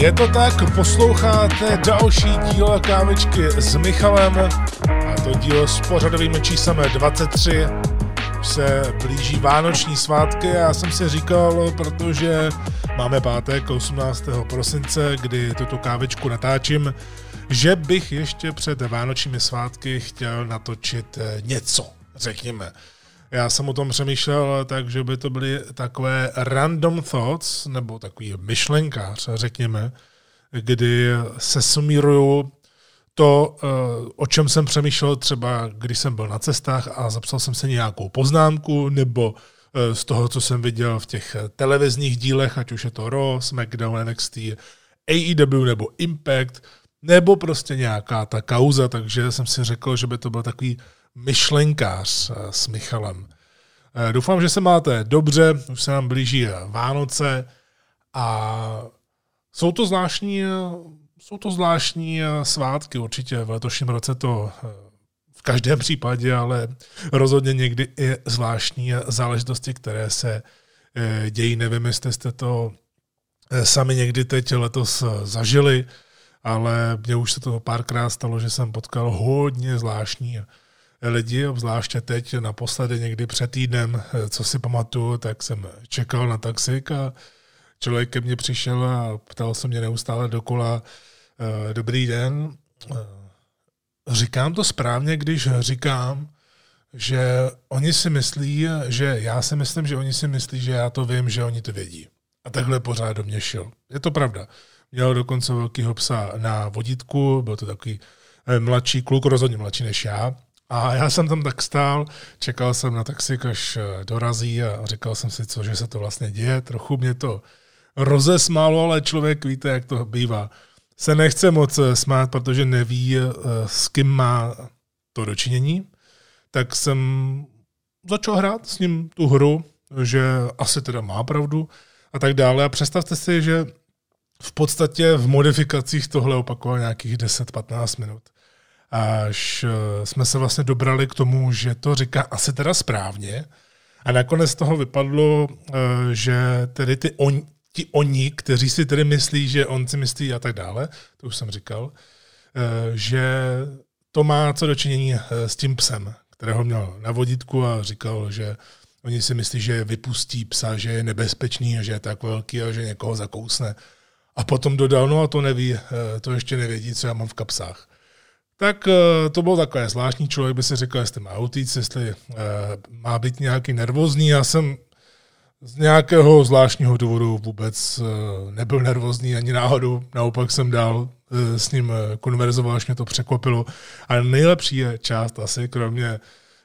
Je to tak, posloucháte další díl Kávičky s Michalem a to díl s pořadovým číslem 23. Už se blíží vánoční svátky a já jsem si říkal, protože máme pátek 18. prosince, kdy tuto kávičku natáčím, že bych ještě před vánočními svátky chtěl natočit něco, řekněme. Já jsem o tom přemýšlel tak, že by to byly takové random thoughts, nebo takový myšlenkář, řekněme, kdy se sumíruju to, o čem jsem přemýšlel třeba, když jsem byl na cestách a zapsal jsem se nějakou poznámku, nebo z toho, co jsem viděl v těch televizních dílech, ať už je to Raw, SmackDown, NXT, AEW nebo Impact, nebo prostě nějaká ta kauza, takže jsem si řekl, že by to byl takový myšlenkář s Michalem. Doufám, že se máte dobře, už se nám blíží Vánoce a jsou to zvláštní svátky určitě. V letošním roce to v každém případě, ale rozhodně někdy i zvláštní záležitosti, které se dějí. Nevím, jestli jste to sami někdy teď letos zažili, ale mně už se to párkrát stalo, že jsem potkal hodně zvláštní lidi, obzvláště teď naposledy někdy před týdnem, co si pamatuju, tak jsem čekal na taxík a člověk ke mně přišel a ptal se mě neustále dokola: dobrý den, říkám to správně, když říkám, že oni si myslí, že já si myslím, že oni si myslí, že já to vím, že oni to vědí. A takhle pořád do mě šel. Je to pravda. Měl dokonce velkýho psa na vodítku, byl to takový mladší kluk, rozhodně mladší než já. A já jsem tam tak stál, čekal jsem na taxík, až dorazí a říkal jsem si, že se to vlastně děje. Trochu mě to rozesmálo, ale člověk, víte, jak to bývá, se nechce moc smát, protože neví, s kým má to dočinění. Tak jsem začal hrát s ním tu hru, že asi teda má pravdu a tak dále. A představte si, že v podstatě v modifikacích tohle opakoval nějakých 10-15 minut. Až jsme se vlastně dobrali k tomu, že to říká asi teda správně. A nakonec z toho vypadlo, že tedy oni, kteří si tedy myslí, že on si myslí a tak dále, to už jsem říkal, že to má co dočinění s tím psem, kterého měl na vodítku a říkal, že oni si myslí, že vypustí psa, že je nebezpečný a že je tak velký a že někoho zakousne. A potom dodal, no a to neví, to ještě nevědí, co já mám v kapsách. Tak to bylo takové zvláštní, člověk by si řekl, jestli má utíct, jestli má být nějaký nervózní. Já jsem z nějakého zvláštního důvodu vůbec nebyl nervózní ani náhodou, naopak jsem dál s ním konverzoval, až mě to překvapilo. A nejlepší je část asi, kromě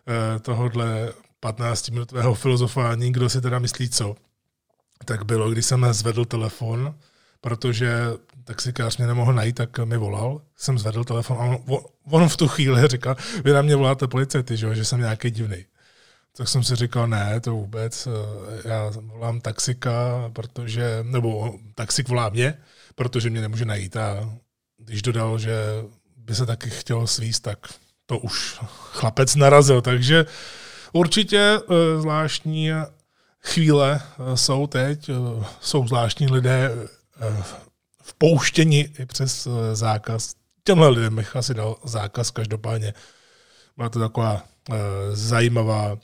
tohohle 15-minutového filozofání, kdo si teda myslí co, tak bylo, když jsem zvedl telefon, protože taxikář mě nemohl najít, tak mi volal. Jsem zvedl telefon a on v tu chvíli říkal, vy na mě voláte policajty, že jsem nějaký divný. Tak jsem si říkal, ne, to vůbec, já volám taxika, nebo taxik volá mě, protože mě nemůže najít. A když dodal, že by se taky chtěl svíst, tak to už chlapec narazil. Takže určitě zvláštní chvíle jsou teď, jsou zvláštní lidé vpouštěni i přes zákaz. Těmhle lidem bych asi dal zákaz každopádně. Byla to taková zajímavá,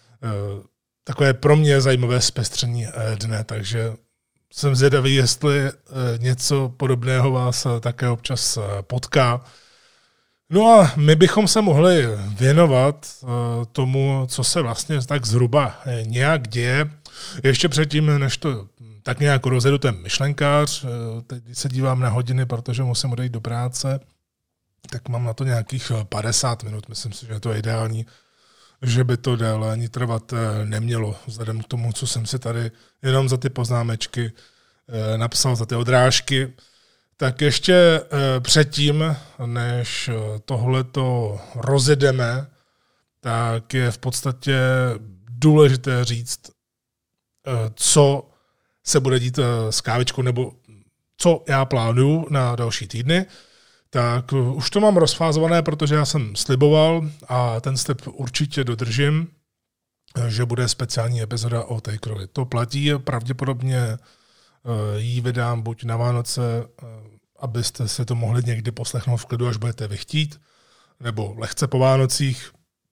takové pro mě zajímavé zpestření dne, takže jsem zvědavý, jestli něco podobného vás také občas potká. No a my bychom se mohli věnovat tomu, co se vlastně tak zhruba nějak děje. Ještě předtím, než to tak nějak rozjedu ten myšlenkář, teď se dívám na hodiny, protože musím odejít do práce, tak mám na to nějakých 50 minut, myslím si, že to je ideální, že by to déle ani trvat nemělo, vzhledem k tomu, co jsem si tady jenom za ty poznámečky napsal, za ty odrážky. Tak ještě předtím, než tohleto rozjedeme, tak je v podstatě důležité říct, co se bude dít s kávičkou, nebo co já plánuju na další týdny. Tak už to mám rozfázované, protože já jsem sliboval a ten slib určitě dodržím, že bude speciální epizoda o Takerovi. To platí pravděpodobně Jí vydám buď na Vánoce, abyste si to mohli někdy poslechnout v klidu, až budete vychtít, nebo lehce po Vánocích.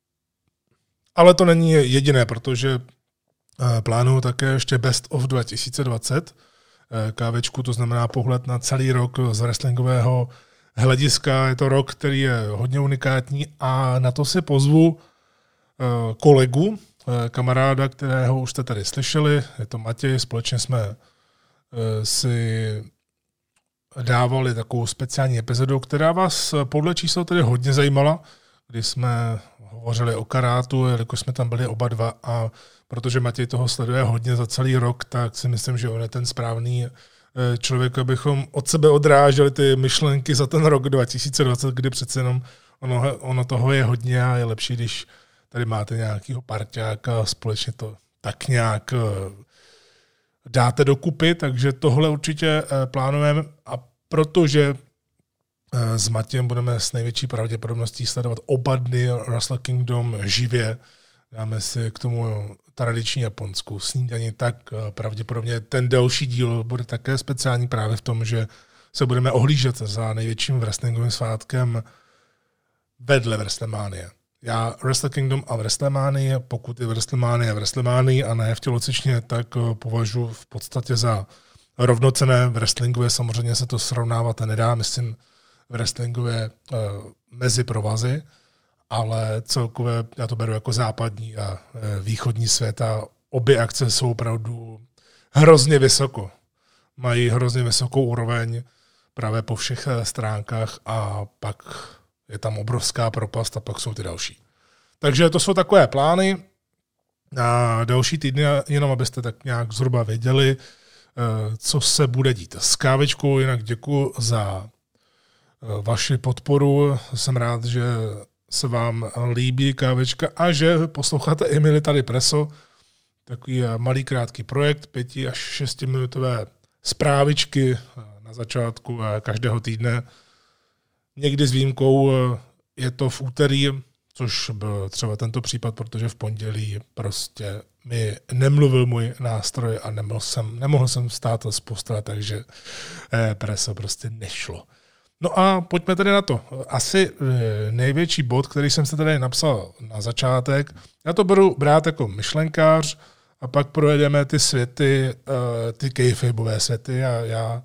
Ale to není jediné, protože plánuju také ještě Best of 2020 kávečku, to znamená pohled na celý rok z wrestlingového hlediska. Je to rok, který je hodně unikátní a na to si pozvu kolegu, kamaráda, kterého už jste tady slyšeli. Je to Matěj, společně jsme si dávali takovou speciální epizodu, která vás podle čísel tedy hodně zajímala, kdy jsme hovořili o karátu, jelikož jsme tam byli oba dva a protože Matěj toho sleduje hodně za celý rok, tak si myslím, že on je ten správný člověk, abychom od sebe odráželi ty myšlenky za ten rok 2020, kdy přece jenom ono toho je hodně a je lepší, když tady máte nějakýho parťáka a společně to tak nějak dáte dokupy, takže tohle určitě plánujeme a protože s Matějem budeme s největší pravděpodobností sledovat oba dny Wrestle Kingdom živě, dáme si k tomu tradiční japonskou snídani, tak pravděpodobně ten další díl bude také speciální právě v tom, že se budeme ohlížet za největším wrestlingovým svátkem vedle WrestleMania. Já Wrestle Kingdom a WrestleMania, pokud je WrestleMania a ne v tělocvičně, tak považuji v podstatě za rovnocenné. V wrestlingově samozřejmě se to srovnávat nedá, myslím wrestlingově mezi provazy, ale celkově já to beru jako západní a východní svět a obě akce jsou opravdu hrozně vysoko. Mají hrozně vysokou úroveň právě po všech stránkách a pak je tam obrovská propast a pak jsou ty další. Takže to jsou takové plány na další týdny, jenom abyste tak nějak zhruba věděli, co se bude dít s kávečkou. Jinak děkuji za vaši podporu. Jsem rád, že se vám líbí kávečka a že posloucháte i Military Presso. Takový malý krátký projekt, 5 až 6 minutové zprávičky na začátku každého týdne. Někdy s výjimkou je to v úterý, což byl třeba tento případ, protože v pondělí prostě mi nemluvil můj nástroj a nemohl jsem vstát z postele, takže preso prostě nešlo. No a pojďme tedy na to. Asi největší bod, který jsem se tady napsal na začátek, já to budu brát jako myšlenkář a pak projedeme ty světy, ty kayfabeové světy a já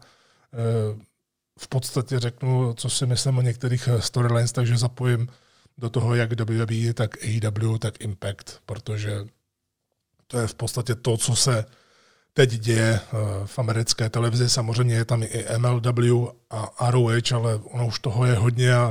v podstatě řeknu, co si myslím o některých storylines, takže zapojím do toho jak WWE, tak AEW, tak Impact, protože to je v podstatě to, co se teď děje v americké televizi. Samozřejmě je tam i MLW a ROH, ale ono už toho je hodně a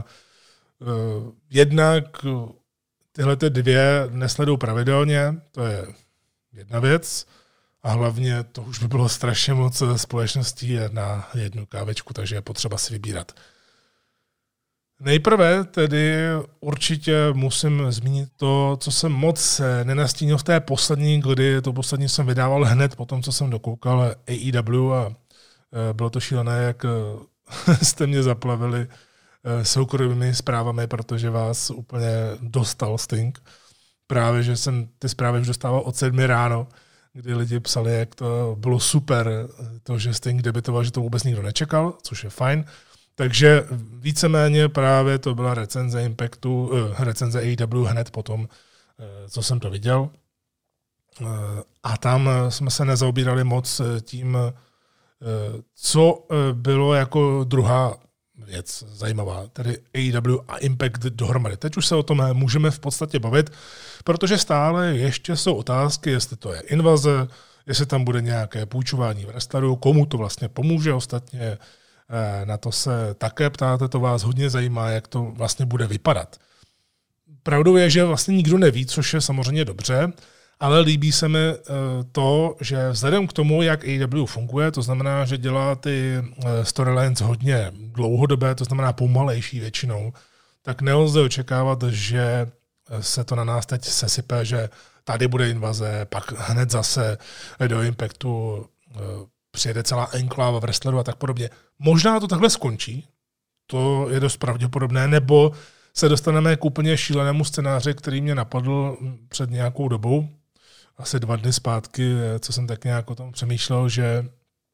jednak tyhle dvě nesledují pravidelně, to je jedna věc, a hlavně to už by bylo strašně moc společností na jednu kávečku, takže je potřeba si vybírat. Nejprve tedy určitě musím zmínit to, co jsem moc nenastínil v té poslední, kdy to poslední jsem vydával hned po tom, co jsem dokoukal AEW a bylo to šílené, jak jste mě zaplavili soukromými zprávami, protože vás úplně dostal Sting. Právě, že jsem ty zprávy už dostával od 7 ráno, kdy lidi psali, jak to bylo super, to, že Sting debitoval, že to vůbec nikdo nečekal, což je fajn. Takže víceméně právě to byla recenze Impactu, recenze AEW hned potom, co jsem to viděl. A tam jsme se nezaobírali moc tím, co bylo jako druhá věc zajímavá, tedy AEW a Impact dohromady. Teď už se o tom můžeme v podstatě bavit, protože stále ještě jsou otázky, jestli to je invaze, jestli tam bude nějaké půjčování wrestlerů, komu to vlastně pomůže. Ostatně na to se také ptáte, to vás hodně zajímá, jak to vlastně bude vypadat. Pravdou je, že vlastně nikdo neví, což je samozřejmě dobře, ale líbí se mi to, že vzhledem k tomu, jak AEW funguje, to znamená, že dělá ty storylines hodně dlouhodobé, to znamená pomalejší většinou, tak nelze očekávat, že se to na nás teď sesype, že tady bude invaze, pak hned zase do Impactu přijede celá enkláva wrestlerů a tak podobně. Možná to takhle skončí, to je dost pravděpodobné, nebo se dostaneme k úplně šílenému scénáři, který mě napadl před nějakou dobou, asi 2 dny zpátky, co jsem tak nějak o tom přemýšlel, že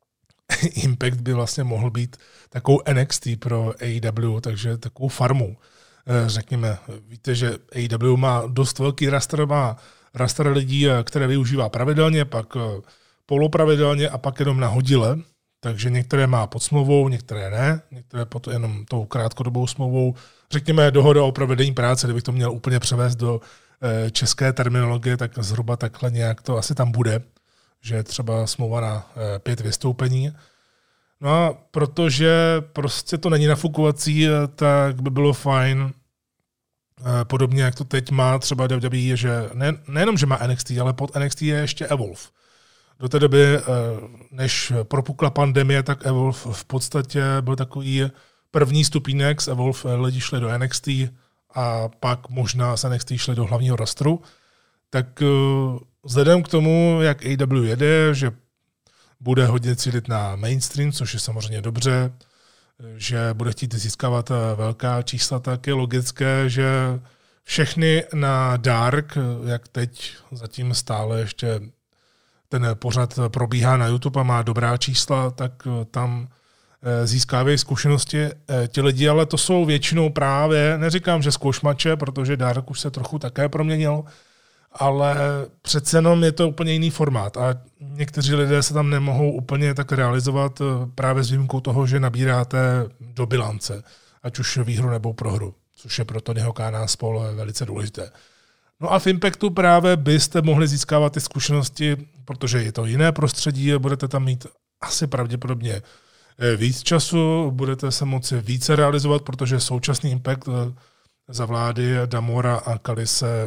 Impact by vlastně mohl být takovou NXT pro AEW, takže takovou farmou. Řekněme, víte, že AEW má dost velký roster, má roster lidí, které využívá pravidelně, pak polopravidelně a pak jenom nahodile. Takže některé má pod smlouvou, některé ne, některé pod jenom tou krátkodobou smlouvou. Řekněme dohoda o provedení práce, kdybych to měl úplně převést do české terminologie, tak zhruba takhle nějak to asi tam bude, že je třeba smlouva na 5 vystoupení. No a protože prostě to není nafukovací, tak by bylo fajn, podobně jak to teď má třeba WWE, že nejenom, že má NXT, ale pod NXT je ještě Evolve. Do té doby, než propukla pandemie, tak Evolve v podstatě byl takový první stupínek. Z Evolve lidi šli do NXT a pak možná z NXT šli do hlavního rostru. Tak vzhledem k tomu, jak AEW jede, že bude hodně cílit na mainstream, což je samozřejmě dobře, že bude chtít získávat velká čísla, tak je logické, že všechny na Dark, jak teď zatím stále ještě ten pořad probíhá na YouTube a má dobrá čísla, tak tam získávají zkušenosti ti lidi, ale to jsou většinou právě, neříkám, že zkoušmače, protože Dark už se trochu také proměnil, ale přece jenom je to úplně jiný formát a někteří lidé se tam nemohou úplně tak realizovat právě s výjimkou toho, že nabíráte do bilance, ať už výhru nebo prohru, což je pro Tonyho Khána spol velice důležité. No a v Impactu právě byste mohli získávat ty zkušenosti, protože je to jiné prostředí, budete tam mít asi pravděpodobně víc času, budete se moci více realizovat, protože současný Impact za vlády Damora a Kalise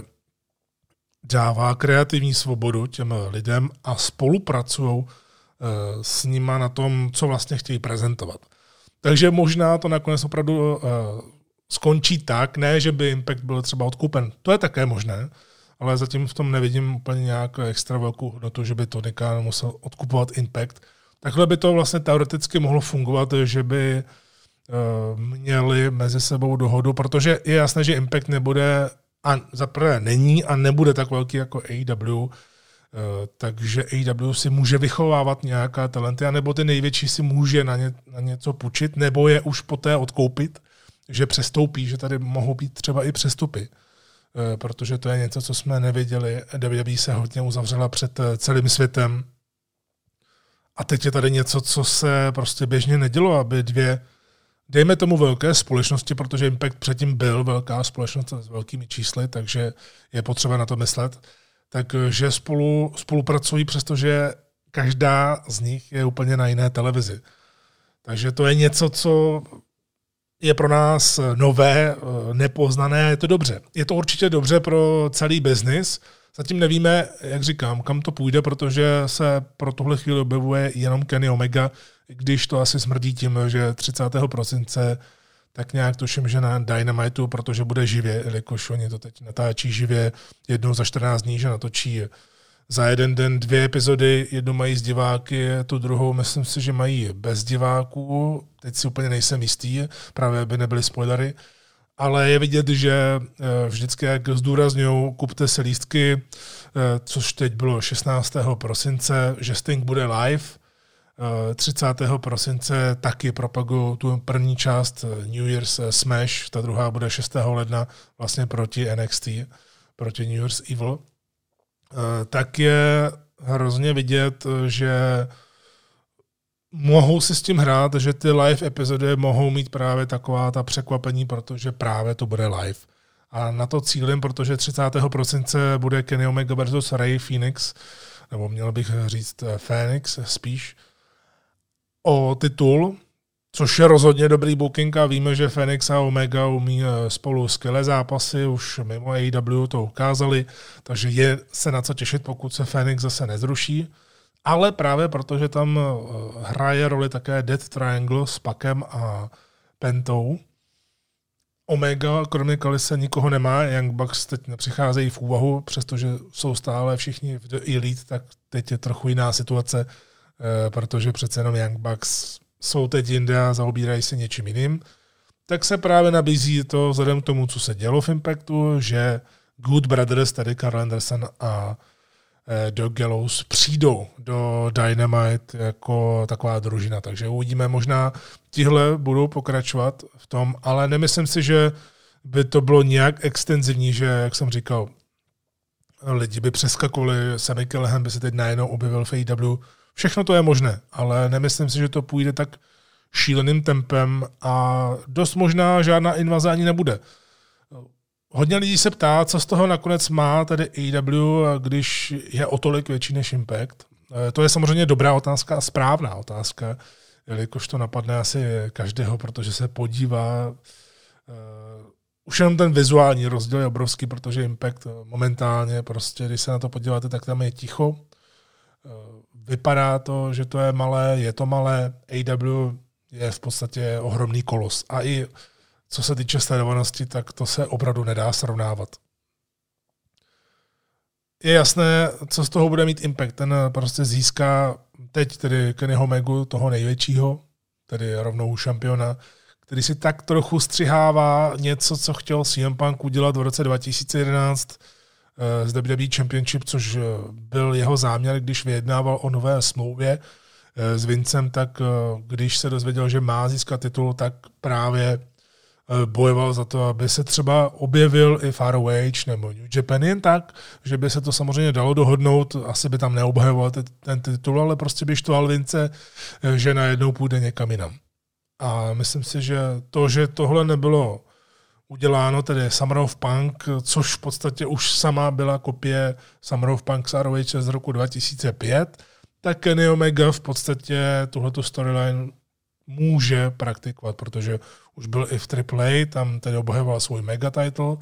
dává kreativní svobodu těm lidem a spolupracují s nima na tom, co vlastně chtějí prezentovat. Takže možná to nakonec opravdu skončí tak, ne, že by Impact byl třeba odkupen. To je také možné, ale zatím v tom nevidím úplně nějak extra velkou hodnotu, že by Tony Khan musel odkupovat Impact. Takhle by to vlastně teoreticky mohlo fungovat, že by měli mezi sebou dohodu, protože je jasné, že Impact nebude, a zaprvé není a nebude tak velký jako AEW, takže AEW si může vychovávat nějaká talenty, anebo ty největší si může na něco půjčit, nebo je už poté odkoupit, že přestoupí, že tady mohou být třeba i přestupy, protože to je něco, co jsme nevěděli. WWE se hodně uzavřela před celým světem a teď je tady něco, co se prostě běžně nedělo, aby dvě, dejme tomu velké společnosti, protože Impact předtím byl velká společnost s velkými čísly, takže je potřeba na to myslet, takže spolupracují, přestože každá z nich je úplně na jiné televizi. Takže to je něco, co je pro nás nové, nepoznané, je to dobře. Je to určitě dobře pro celý biznis. Zatím nevíme, jak říkám, kam to půjde, protože se pro tuhle chvíli objevuje jenom Kenny Omega, když to asi smrdí tím, že 30. prosince tak nějak tuším, že na Dynamitu, protože bude živě, jelikož oni to teď natáčí živě jednou za 14 dní, že natočí za jeden den 2 epizody, jednu mají s diváky, tu druhou myslím si, že mají bez diváků, teď si úplně nejsem jistý, právě aby nebyly spoilery, ale je vidět, že vždycky, jak zdůrazňují, kupte se lístky, což teď bylo 16. prosince, že Sting bude live, 30. prosince taky propagují tu první část New Year's Smash, ta druhá bude 6. ledna vlastně proti NXT, proti New Year's Evil. Tak je hrozně vidět, že mohou si s tím hrát, že ty live epizody mohou mít právě taková ta překvapení, protože právě to bude live. A na to cílím, protože 30. prosince bude Kenny Omega versus Rey Fénix, nebo měl bych říct Fénix spíš, o titul, což je rozhodně dobrý booking a víme, že Fénix a Omega umí spolu skvělé zápasy, už mimo AEW to ukázali, takže je se na co těšit, pokud se Fénix zase nezruší, ale právě protože tam hraje roli také Death Triangle s Packem a Pentou. Omega, kromě Kalise, nikoho nemá, Young Bucks teď nepřicházejí v úvahu, přestože jsou stále všichni v The Elite, tak teď je trochu jiná situace, protože přece jenom Young Bucks jsou teď jinde a zaobírají se něčím jiným, tak se právě nabízí to vzhledem k tomu, co se dělo v Impactu, že Good Brothers, tedy Karl Anderson a do Gallows přijdou do Dynamite jako taková družina. Takže uvidíme, možná tihle budou pokračovat v tom, ale nemyslím si, že by to bylo nějak extenzivní, že, jak jsem říkal, lidi by přeskakovali, Sami Callihan by se teď najednou objevil v AEW. Všechno to je možné, ale nemyslím si, že to půjde tak šíleným tempem a dost možná žádná invaze ani nebude. Hodně lidí se ptá, co z toho nakonec má tedy AEW, když je o tolik větší než Impact. To je samozřejmě dobrá otázka a správná otázka, jelikož to napadne asi každého, protože se podívá. Už jenom ten vizuální rozdíl je obrovský, protože Impact momentálně, prostě, když se na to podíváte, tak tam je ticho. Vypadá to, že to je malé, je to malé. AEW je v podstatě ohromný kolos. A i co se týče sledovanosti, tak to se opravdu nedá srovnávat. Je jasné, co z toho bude mít Impact. Ten prostě získá teď tedy Kennyho Omegu, toho největřího, tedy rovnou šampiona, který si tak trochu střihává něco, co chtěl CM Punk udělat v roce 2011 z WWE Championship, což byl jeho záměr, když vyjednával o nové smlouvě s Vincem, tak když se dozvěděl, že má získat titul, tak právě bojoval za to, aby se třeba objevil i ROH nebo New Japan jen tak, že by se to samozřejmě dalo dohodnout, asi by tam neobhajoval ten titul, ale prostě by štval Vince, že najednou půjde někam jinam. A myslím si, že tohle nebylo uděláno, tedy Summer of Punk, což v podstatě už sama byla kopie Summer of Punk z ROH z roku 2005, tak Kenny Omega v podstatě tuhletu storyline může praktikovat, protože už byl i v AAA, tam tedy obhajoval svůj mega title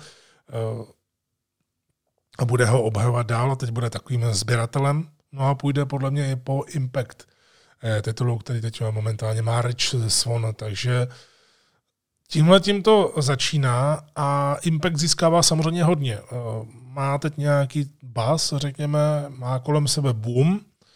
a bude ho obhajovat dál a teď bude takovým sběratelem. No a půjde podle mě i po Impact titulu, který teď momentálně má Rich Swann, takže tímhletím to začíná a Impact získává samozřejmě hodně. Má teď nějaký buzz, řekněme, má kolem sebe boom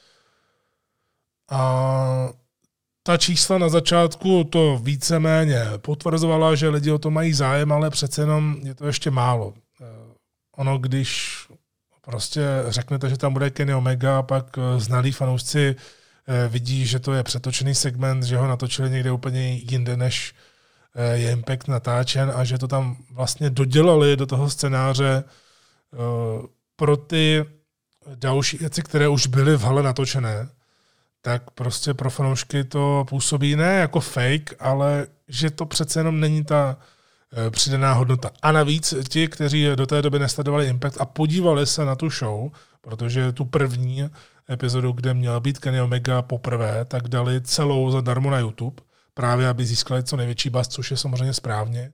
a ta čísla na začátku to víceméně potvrzovala, že lidi o to mají zájem, ale přece jenom je to ještě málo. Ono, když prostě řeknete, že tam bude Kenny Omega, pak znalí fanoušci vidí, že to je přetočený segment, že ho natočili někde úplně jinde, než je Impact natáčen a že to tam vlastně dodělali do toho scénáře pro ty další věci, které už byly v hale natočené, tak prostě pro fanoušky to působí ne jako fake, ale že to přece jenom není ta přidaná hodnota. A navíc ti, kteří do té doby nesledovali Impact a podívali se na tu show, protože tu první epizodu, kde měl být Kenny Omega poprvé, tak dali celou zadarmo na YouTube, právě aby získali co největší buzz, což je samozřejmě správně.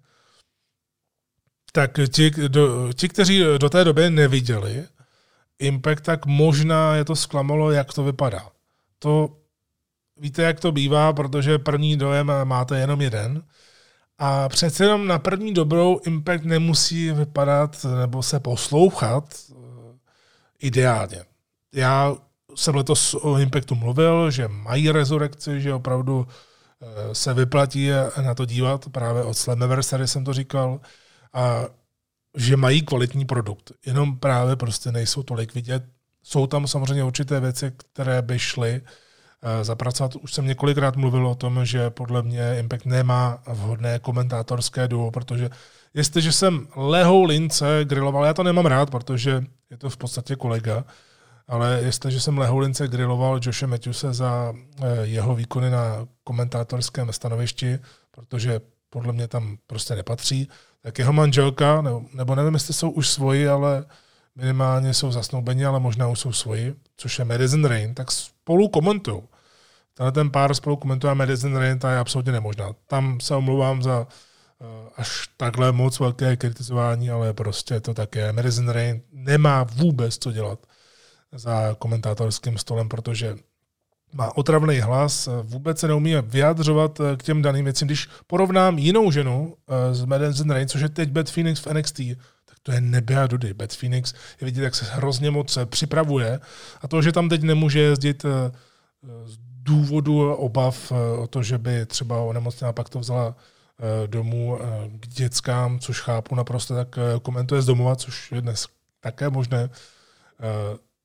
Tak ti, kteří do té doby neviděli Impact, tak možná je to zklamalo, jak to vypadá. To víte, jak to bývá, protože první dojem máte jenom jeden. A přece jenom na první dobrou Impact nemusí vypadat nebo se poslouchat ideálně. Já jsem letos o Impactu mluvil, že mají rezurekci, že opravdu se vyplatí na to dívat, právě od Slammiversary jsem to říkal, a že mají kvalitní produkt. Jenom právě prostě nejsou tolik vidět. Jsou tam samozřejmě určité věci, které by šly zapracovat. Už jsem několikrát mluvil o tom, že podle mě Impact nemá vhodné komentátorské duo, protože jestliže jsem Lehou Lince griloval, já to nemám rád, protože je to v podstatě kolega, ale jestliže jsem Lehou Lince griloval Joshe Matthewse za jeho výkony na komentátorském stanovišti, protože podle mě tam prostě nepatří, tak jeho manželka, nebo nevím, jestli jsou už svoji, ale minimálně jsou zasnoubeni, ale možná už jsou svoji, což je Madison Rayne, tak spolu komentují. Ten pár spolu komentuje a Madison Rayne, ta je absolutně nemožná. Tam se omlouvám za až takhle moc velké kritizování, ale prostě to tak je. Madison Rayne nemá vůbec co dělat za komentátorským stolem, protože má otravný hlas, vůbec se neumí vyjadřovat k těm daným věcím. Když porovnám jinou ženu s Madison Rayne, což je teď Beth Phoenix v NXT, tak to je nebe a dudy. Beth Phoenix je vidět, jak se hrozně moc připravuje a to, že tam teď nemůže jezdit z důvodu obav o to, že by třeba onemocněla, pak to vzala domů k dětskám, což chápu naprosto, tak komentuje z domova, což je dnes také možné.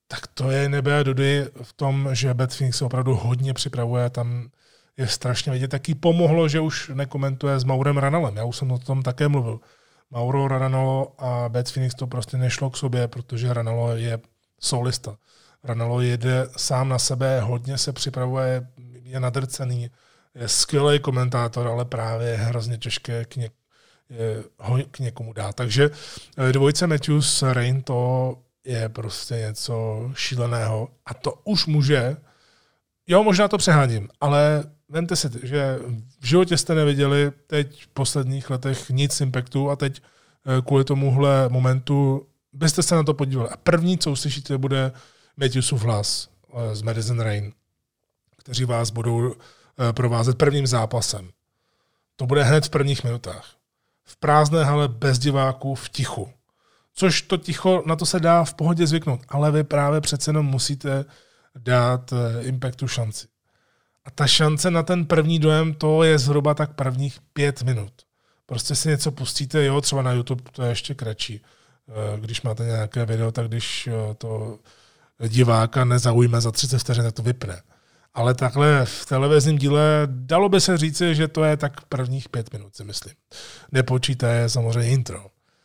tak to je nebe a dudy v tom, že Beth Phoenix se opravdu hodně připravuje, tam je strašně vidět, taky pomohlo, že už nekomentuje s Maurem Ranalem, já už jsem o tom také mluvil. Mauro Ranallo a Beth Phoenix to prostě nešlo k sobě, protože Ranallo je solista. Ranallo jede sám na sebe, hodně se připravuje, je nadrcený, je skvělý komentátor, ale právě je hrozně těžké ho k někomu dát. Takže dvojice Matthews Rain to je prostě něco šíleného a to už může, jo, možná to přeháním, ale vemte si, že v životě jste neviděli teď v posledních letech nic Impactu a teď kvůli tomuhle momentu byste se na to podívali. A první, co uslyšíte, bude Matthewsův hlas z Madison Rain, kteří vás budou provázet prvním zápasem. To bude hned v prvních minutách. V prázdné hale bez diváků v tichu. Což to ticho, na to se dá v pohodě zvyknout, ale vy právě přece jenom musíte dát Impactu šanci. A ta šance na ten první dojem, to je zhruba tak prvních 5 minut. Prostě si něco pustíte, jo, třeba na YouTube to je ještě kratší. Když máte nějaké video, tak když to diváka nezaujme za 30 vteřin, tak to vypne. Ale takhle v televizním díle dalo by se říci, že to je tak prvních 5 minut, si myslím. Nepočítaje samozřejmě intro.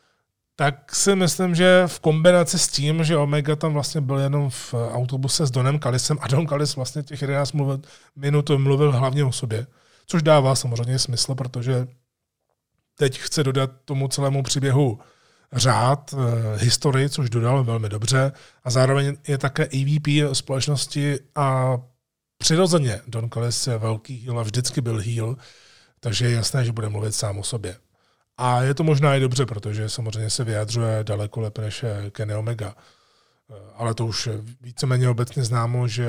Tak si myslím, že v kombinaci s tím, že Omega tam vlastně byl jenom v autobuse s Donem Callisem a Don Callis vlastně těch 11 minut mluvil hlavně o sobě, což dává samozřejmě smysl, protože teď chce dodat tomu celému příběhu řád, historii, což dodal velmi dobře a zároveň je také EVP společnosti a přirozeně Don Callis je velký heel a vždycky byl heel, takže je jasné, že bude mluvit sám o sobě. A je to možná i dobře, protože samozřejmě se vyjadřuje daleko lépe než Kenny Omega. Ale to už víceméně obecně známo, že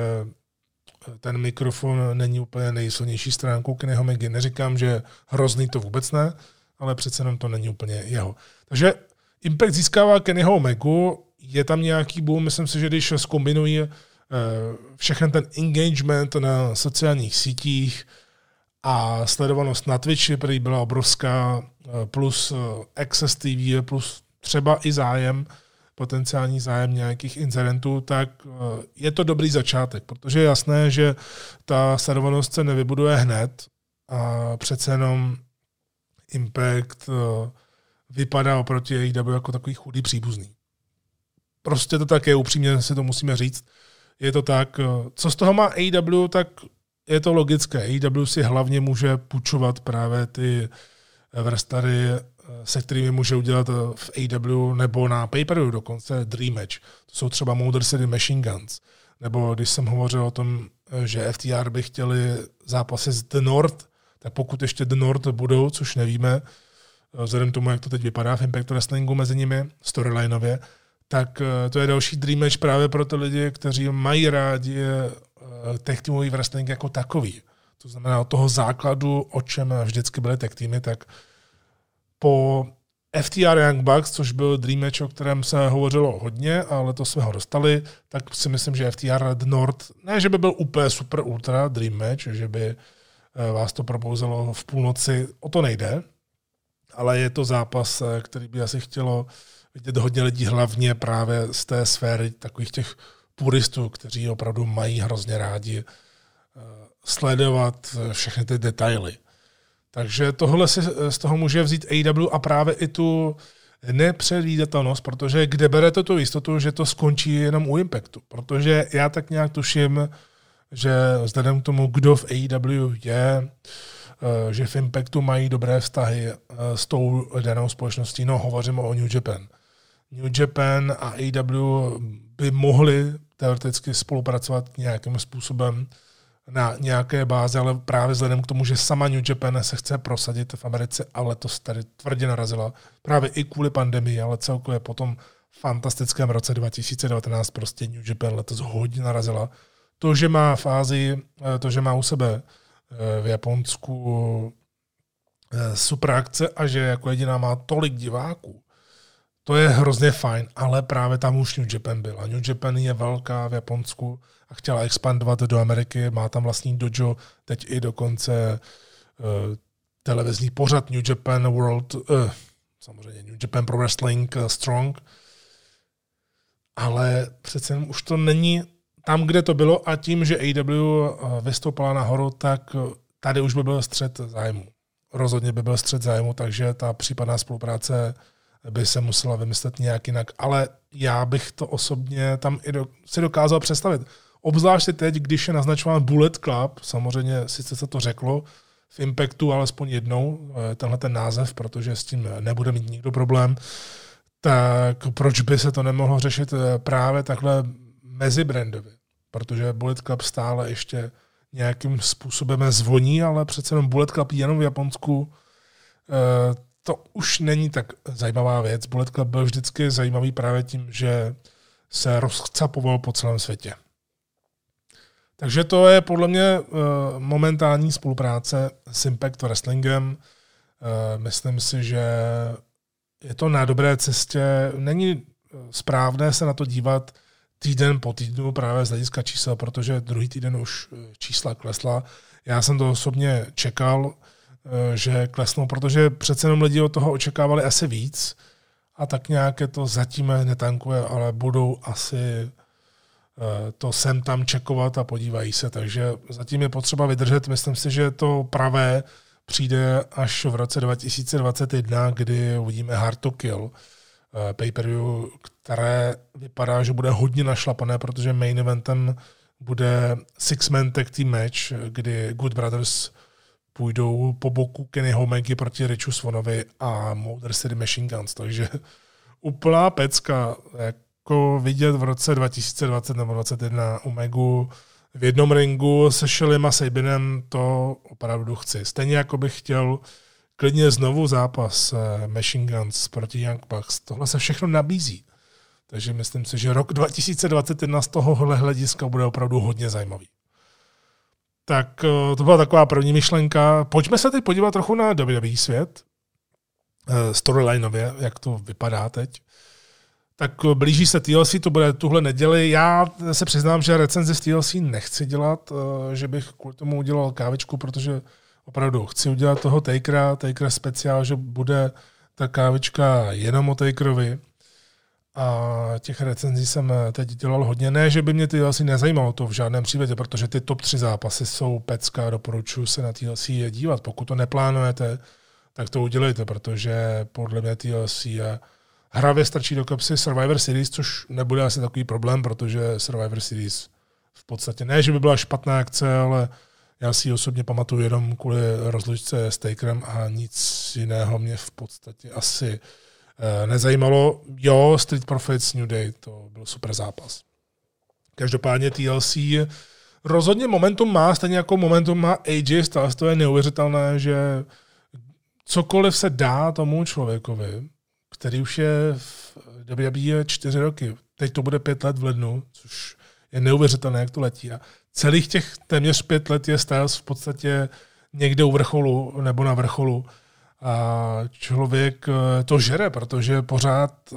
ten mikrofon není úplně nejsilnější stránkou Kennyho Omegy. Neříkám, že hrozný to vůbec ne, ale přece jenom to není úplně jeho. Takže Impact získává Kennyho Omegu, je tam nějaký boom, myslím si, že když zkombinují všechen ten engagement na sociálních sítích a sledovanost na Twitchi, který byla obrovská, plus Access TV, plus třeba i potenciální zájem nějakých incidentů, tak je to dobrý začátek, protože je jasné, že ta sledovanost se nevybuduje hned a přece jenom Impact vypadá oproti AEW jako takový chudý příbuzný. Prostě to tak je, upřímně si to musíme říct. Je to tak, co z toho má AEW, tak je to logické. AEW si hlavně může půjčovat právě ty wrestlery, se kterými může udělat v AEW nebo na pay-per-view dokonce Dream Match. To jsou třeba Motor City Machine Guns. Nebo když jsem hovořil o tom, že FTR by chtěli zápasy z The North, tak pokud ještě The North budou, což nevíme, vzhledem tomu, jak to teď vypadá v Impact Wrestlingu mezi nimi, storylineově, tak to je další dream match právě pro ty lidi, kteří mají rádi tag teamový wrestling jako takový. To znamená od toho základu, o čem vždycky byly tag teamy, tak po FTR Young Bucks, což byl dream match, o kterém se hovořilo hodně, ale to jsme ho dostali, tak si myslím, že FTR The North, ne, že by byl úplně super ultra dream match, že by vás to propouzelo v půlnoci, o to nejde, ale je to zápas, který by asi chtělo vidět hodně lidí, hlavně právě z té sféry takových těch puristů, kteří opravdu mají hrozně rádi sledovat všechny ty detaily. Takže tohle si z toho může vzít AEW a právě i tu nepředvídatelnost, protože kde berete tu jistotu, že to skončí jenom u Impactu. Protože já tak nějak tuším, že vzhledem k tomu, kdo v AEW je, že v Impactu mají dobré vztahy s tou danou společností. No, hovořím o New Japan. New Japan a AEW by mohli teoreticky spolupracovat nějakým způsobem na nějaké bázi, ale právě vzhledem k tomu, že sama New Japan se chce prosadit v Americe a letos tady tvrdě narazila, právě i kvůli pandemii, ale celkově po tom fantastickém roce 2019 prostě New Japan letos hodně narazila. To, že má v Ázii, to, že má u sebe v Japonsku super akce a že jako jediná má tolik diváků, to je hrozně fajn, ale právě tam už New Japan byla. New Japan je velká v Japonsku a chtěla expandovat do Ameriky, má tam vlastní dojo, teď i dokonce televizní pořad New Japan World, samozřejmě New Japan Pro Wrestling Strong. ale přece už to není tam, kde to bylo a tím, že AEW vystoupala nahoru, tak tady už by byl střet zájmu. Rozhodně by byl střet zájmu, takže ta případná spolupráce by se musela vymyslet nějak jinak. Ale já bych to osobně tam si dokázal představit. Obzvláště teď, když je naznačován Bullet Club, samozřejmě sice se to řeklo v Impactu alespoň jednou, tenhle ten název, protože s tím nebude mít nikdo problém, tak proč by se to nemohlo řešit právě takhle mezibrandově? Protože Bullet Club stále ještě nějakým způsobem zvoní, ale přece jenom Bullet Club jenom v Japonsku to už není tak zajímavá věc. Bullet Club byl vždycky zajímavý právě tím, že se rozcapoval po celém světě. Takže to je podle mě momentální spolupráce s Impact Wrestlingem. Myslím si, že je to na dobré cestě. Není správné se na to dívat týden po týdnu právě z hlediska čísel, protože druhý týden už čísla klesla. Já jsem to osobně čekal, že klesnou, protože přece jenom lidi od toho očekávali asi víc a tak nějaké to zatím netankuje, ale budou asi to sem tam čekovat a podívají se, takže zatím je potřeba vydržet. Myslím si, že to pravé přijde až v roce 2021, kdy uvidíme Hard to Kill, pay-per-view, které vypadá, že bude hodně našlapané, protože main eventem bude six-man tag team match, kdy Good Brothers půjdou po boku Kenny Omega proti Richu Swannovi a Motor City Machine Guns, takže úplná pecka, jako vidět v roce 2020 nebo 2021 Omegu v jednom ringu se Shellym a Sabinem, to opravdu chci. Stejně jako bych chtěl klidně znovu zápas Machine Guns proti Young Bucks. Tohle se všechno nabízí. Takže myslím si, že rok 2021 z tohohle hlediska bude opravdu hodně zajímavý. Tak to byla taková první myšlenka. Pojďme se teď podívat trochu na WWE svět. Storylineově, jak to vypadá teď. Tak blíží se TLC, to bude tuhle neděli. Já se přiznám, že recenzi z TLC nechci dělat, že bych kvůli tomu udělal kávičku, protože opravdu chci udělat toho Taker speciál, že bude ta kávička jenom o Takerovi. A těch recenzí jsem teď dělal hodně. Ne, že by mě TLC nezajímalo to v žádném případě, protože ty top 3 zápasy jsou pecka, doporučuji se na TLC dívat. Pokud to neplánujete, tak to udělejte, protože podle mě TLC je hravě stačí do kapsy Survivor Series, což nebude asi takový problém, protože Survivor Series v podstatě ne, že by byla špatná akce, ale já si ji osobně pamatuju jenom kvůli rozlučce s Takerem a nic jiného mě v podstatě asi nezajímalo. Jo, Street Profits New Day, to byl super zápas. Každopádně TLC rozhodně momentum má, stejně jako momentum má AJ Styles, to je neuvěřitelné, že cokoliv se dá tomu člověkovi, který už je v WWE 4 roky. Teď to bude 5 let v lednu, což je neuvěřitelné, jak to letí. A celých těch téměř 5 let je Styles v podstatě někde u vrcholu nebo na vrcholu. A člověk to žere, protože pořád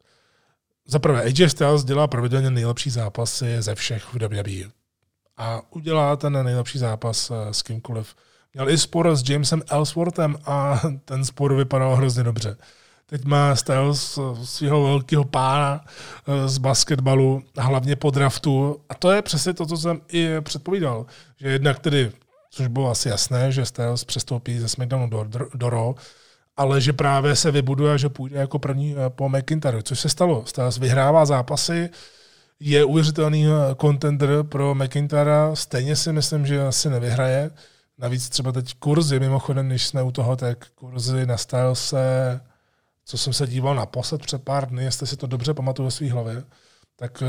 zaprvé AJ Styles dělá pravidelně nejlepší zápasy ze všech v WWE. A udělá ten nejlepší zápas s kýmkoliv. Měl i spor s Jamesem Ellsworthem a ten spor vypadal hrozně dobře. Teď má Styles svého velkého pána z basketbalu, hlavně po draftu. A to je přesně to, co jsem i předpovídal. Že jednak tedy, což bylo asi jasné, že Styles přestoupí ze SmackDownu do Raw, ale že právě se vybuduje, že půjde jako první po McIntyre, což se stalo. Styles vyhrává zápasy, je uvěřitelný contender pro McIntyra, stejně si myslím, že asi nevyhraje. Navíc třeba teď kurzy, mimochodem, když jsme u toho, tak kurzy na Stylese, co jsem se díval naposled před pár dny, jestli si to dobře pamatuju ve své hlavě, tak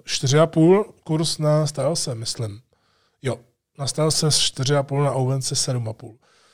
4,5 kurz na Stylese, myslím. Jo, na Stylese 4,5, na Owense 7,5.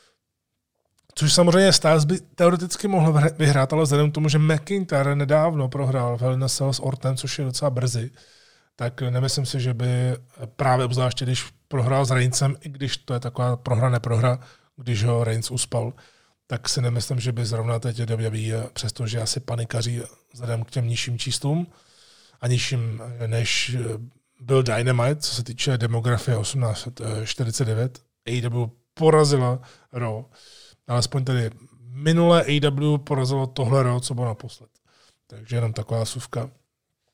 Což samozřejmě Styles by teoreticky mohl vyhrát, ale vzhledem k tomu, že McIntyre nedávno prohrál v Hell in a Cell s Ortem, což je docela brzy, tak nemyslím si, že by právě obzvláště, když prohrál s Reincem, i když to je taková prohra, když ho Reigns uspal, tak si nemyslím, že by zrovna teď WWE, přestože asi panikaří vzhledem k těm nižším číslům a nižším než byl Dynamite, co se týče demografie 1849, AEW porazila Raw. Alespoň tedy minulé AEW porazilo tohle Raw, co bylo naposled. Takže jenom taková suvka.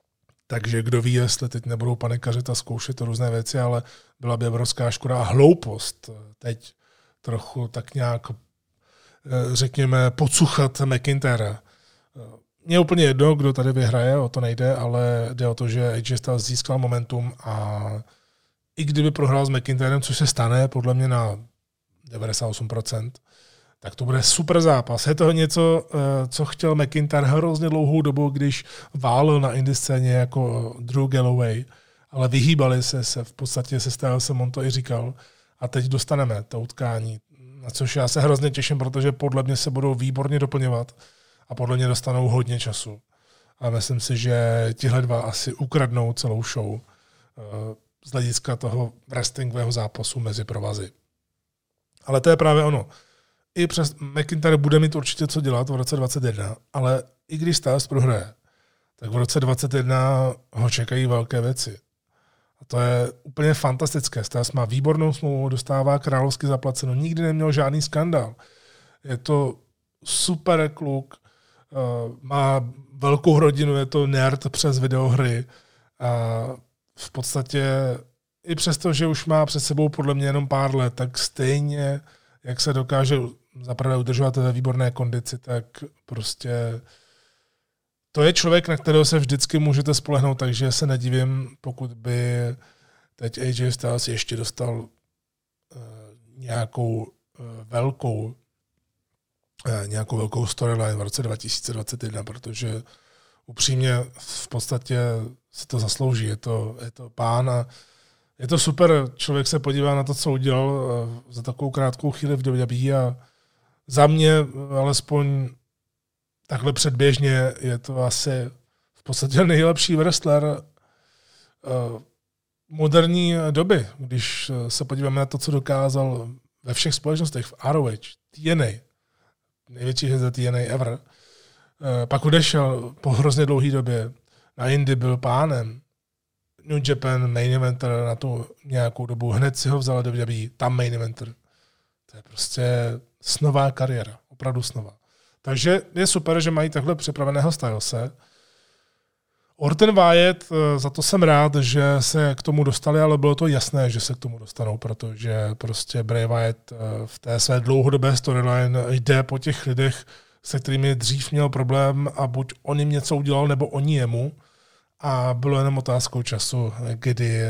Takže kdo ví, jestli teď nebudou panikařit a zkoušet různé věci, ale byla by obrovská škoda a hloupost teď trochu tak nějak, řekněme, podsuchat McIntyra. Mně je úplně jedno, kdo tady vyhraje, o to nejde, ale jde o to, že AJ Styles získal momentum a i kdyby prohrál s McIntyrem, což se stane podle mě na 98%, tak to bude super zápas. Je to něco, co chtěl McIntyre hrozně dlouhou dobu, když válel na indie scéně jako Drew Galloway, ale vyhýbali se v podstatě se Stylesem, on to i říkal. A teď dostaneme to utkání, na což já se hrozně těším, protože podle mě se budou výborně doplňovat a podle mě dostanou hodně času. A myslím si, že tihle dva asi ukradnou celou show z hlediska toho wrestlingového zápasu mezi provazy. Ale to je právě ono. I přes McIntyre bude mít určitě co dělat v roce 2021, ale i když Styles prohraje, tak v roce 2021 ho čekají velké věci. A to je úplně fantastické. Styles má výbornou smlouvu, dostává královsky zaplaceno, nikdy neměl žádný skandál. Je to super kluk, má velkou rodinu, je to nerd přes videohry a v podstatě i přesto, že už má před sebou podle mě jenom pár let, tak stejně, jak se dokáže zaprvé udržovat ve výborné kondici, tak prostě to je člověk, na kterého se vždycky můžete spolehnout, takže se nedivím, pokud by teď AJ Styles ještě dostal nějakou velkou storyline v roce 2021, protože upřímně v podstatě si to zaslouží. Je to pán a je to super. Člověk se podívá na to, co udělal za takovou krátkou chvíli v WWE a za mě alespoň takhle předběžně je to asi v podstatě nejlepší wrestler moderní doby. Když se podíváme na to, co dokázal ve všech společnostech, v ROH, TNA, největší hvězda TNA ever, pak odešel po hrozně dlouhé době. Na Indie byl pánem. New Japan main eventer na tu nějakou dobu. Hned si ho vzala do WWE, tam main eventer. To je prostě snová kariéra. Opravdu snová. Takže je super, že mají takhle připraveného Stylese. Orton Wyatt, za to jsem rád, že se k tomu dostali, ale bylo to jasné, že se k tomu dostanou, protože prostě Bray Wyatt v té své dlouhodobé storyline jde po těch lidech, se kterými dřív měl problém a buď on jim něco udělal, nebo oni jemu. A bylo jenom otázkou času, kdy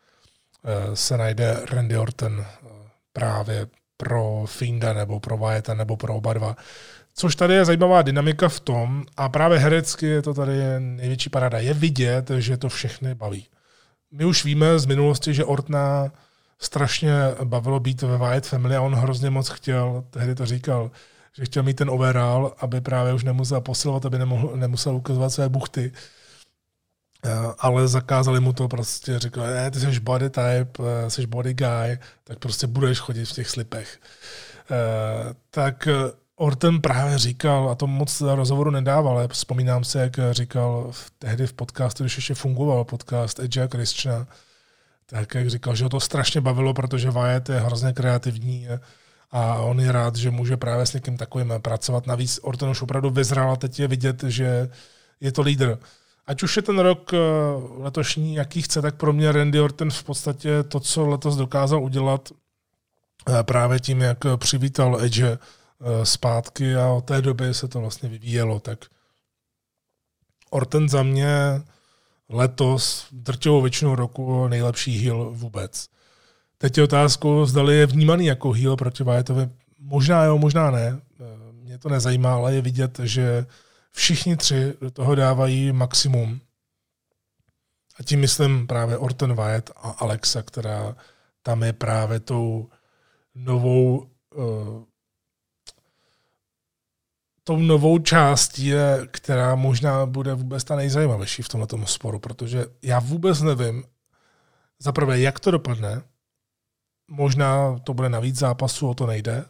se najde Randy Orton právě pro Fienda, nebo pro Wyatta, nebo pro oba dva. Což tady je zajímavá dynamika v tom, a právě herecky je to tady největší paráda. Je vidět, že to všechny baví. My už víme z minulosti, že Ortona strašně bavilo být ve Wyatt Family a on hrozně moc chtěl, tehdy to říkal, že chtěl mít ten overall, aby právě už nemusel posilovat, aby nemusel ukazovat své buchty. Ale zakázali mu to, prostě říkali, ty jsi body type, jsi body guy, tak prostě budeš chodit v těch slipech. Tak Orton právě říkal, a to moc rozhovoru nedával, ale vzpomínám se, jak říkal tehdy v podcastu, když ještě fungoval podcast Edge a Christiana, tak jak říkal, že ho to strašně bavilo, protože Wyatt je hrozně kreativní a on je rád, že může právě s někým takovým pracovat. Navíc Orton už opravdu vyzrál a teď je vidět, že je to lídr. Ať už je ten rok letošní, jaký chce, tak pro mě Randy Orton v podstatě to, co letos dokázal udělat právě tím, jak přivítal Edge zpátky a od té doby se to vlastně vyvíjelo. Tak Orton za mě letos drtivou většinou roku nejlepší heel vůbec. Teď je otázkou, zdali je vnímaný jako heel proti Wyattovi. Možná jo, možná ne. Mě to nezajímá, ale je vidět, že všichni tři do toho dávají maximum. A tím myslím právě Orton, Wyatt a Alexa, která tam je právě tou novou částí, která možná bude vůbec ta nejzajímavější v tomto sporu, protože já vůbec nevím, zaprvé, jak to dopadne, možná to bude navíc zápasů, o to nejde,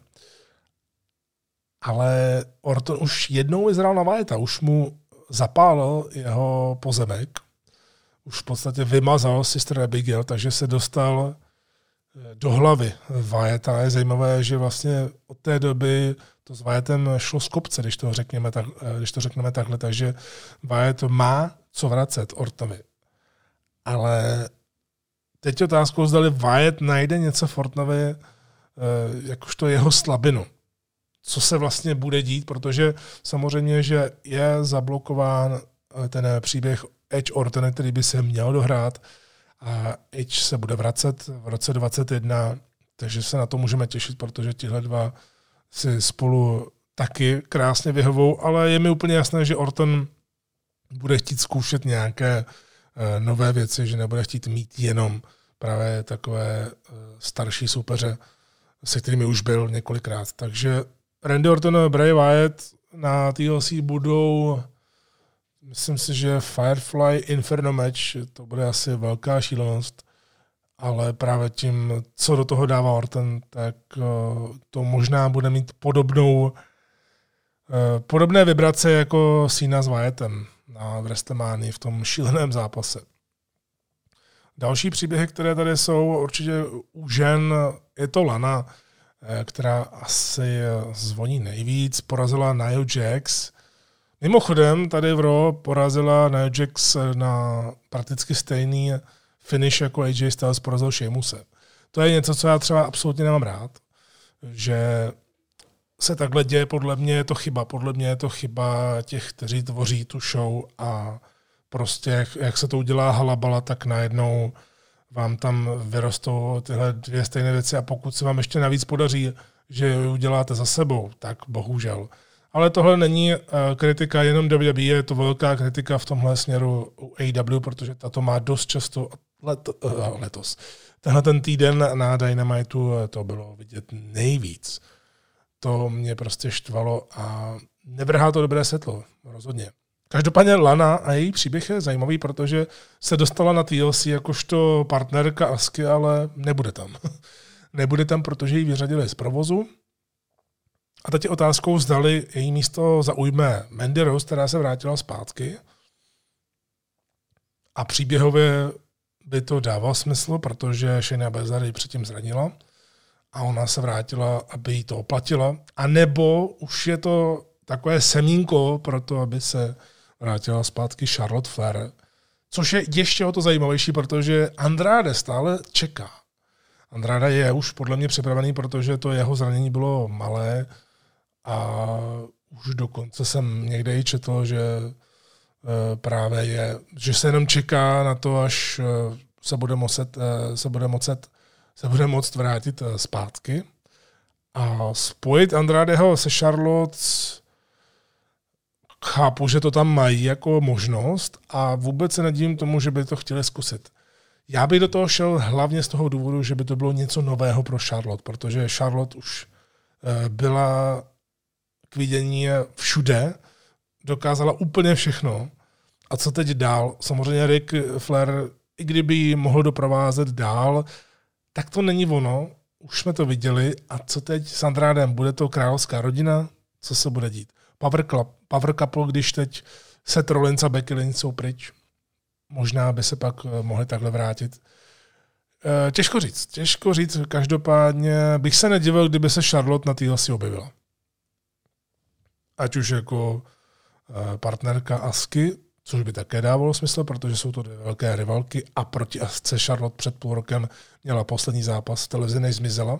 ale Orton už jednou vyzrál na Wyatta, už mu zapálil jeho pozemek, už v podstatě vymazal Sister Abigail, takže se dostal do hlavy Wyatta. Je zajímavé, že vlastně od té doby to s Wyattem šlo z kopce, když to řekneme takhle, takže Wyatt má co vracet Ortonovi. ale teď je otázkou, zdali Wyatt najde něco Fortnovi, jakožto jeho slabinu. Co se vlastně bude dít, protože samozřejmě, že je zablokován ten příběh Edge Orton, který by se měl dohrát a Edge se bude vracet v roce 2021, takže se na to můžeme těšit, protože tihle dva si spolu taky krásně vyhovou, ale je mi úplně jasné, že Orton bude chtít zkoušet nějaké nové věci, že nebude chtít mít jenom právě takové starší soupeře, se kterými už byl několikrát. Takže Randy Orton a Bray Wyatt na TLC budou, myslím si, že Firefly Inferno match, to bude asi velká šílenost, ale právě tím, co do toho dává Orton, tak to možná bude mít podobné vibrace jako Cena s Wyattem na WrestleManii v tom šíleném zápase. Další příběhy, které tady jsou určitě u žen, je to Lana, která asi zvoní nejvíc, porazila Nia Jax. Mimochodem, tady v Raw porazila Nia Jax na prakticky stejný finish jako AJ Styles porazil Sheamuse. To je něco, co já třeba absolutně nemám rád, že se takhle děje, podle mě je to chyba. Podle mě je to chyba těch, kteří tvoří tu show a prostě jak se to udělá halabala, tak najednou vám tam vyrostou tyhle dvě stejné věci a pokud se vám ještě navíc podaří, že ji uděláte za sebou, tak bohužel. Ale tohle není kritika jenom WWE, je to velká kritika v tomhle směru u AEW, protože tato má dost často letos. Tenhle ten týden na Dynamitu to bylo vidět nejvíc. To mě prostě štvalo a nevrhá to dobré světlo, rozhodně. Každopádně Lana a její příběh je zajímavý, protože se dostala na TLC jakožto partnerka Asky, ale nebude tam. Nebude tam, protože ji vyřadili z provozu. A teď je otázkou, zdali její místo zaujme Mandy Rose, která se vrátila zpátky. A příběhově by to dávalo smysl, protože Shayna Baszler ji předtím zranila a ona se vrátila, aby jí to oplatila. A nebo už je to takové semínko pro to, aby se vrátila zpátky Charlotte Flair. Což je ještě o to zajímavější, protože Andrade stále čeká. Andrade je už podle mě připravený, protože to jeho zranění bylo malé a už dokonce jsem někde i četl, že právě že se jenom čeká na to, až se bude moct vrátit zpátky. A spojit Andradeho se Charlotte, chápu, že to tam mají jako možnost a vůbec se nedivím tomu, že by to chtěli zkusit. Já bych do toho šel hlavně z toho důvodu, že by to bylo něco nového pro Charlotte, protože Charlotte už byla k vidění všude, dokázala úplně všechno. A co teď dál? Samozřejmě Ric Flair, i kdyby ji mohl doprovázet dál, tak to není ono. Už jsme to viděli. A co teď s Andrádem? Bude to královská rodina? Co se bude dít? Power Couple, když teď Seth Rollins a Becky Lynch jsou pryč. Možná by se pak mohli takhle vrátit. Těžko říct. Každopádně bych se nedivil, kdyby se Charlotte na TLC objevila. Ať už jako partnerka Asky, což by také dávalo smysl, protože jsou to dvě velké rivalky a proti Asce Charlotte před půl rokem měla poslední zápas v televizi, než zmizela.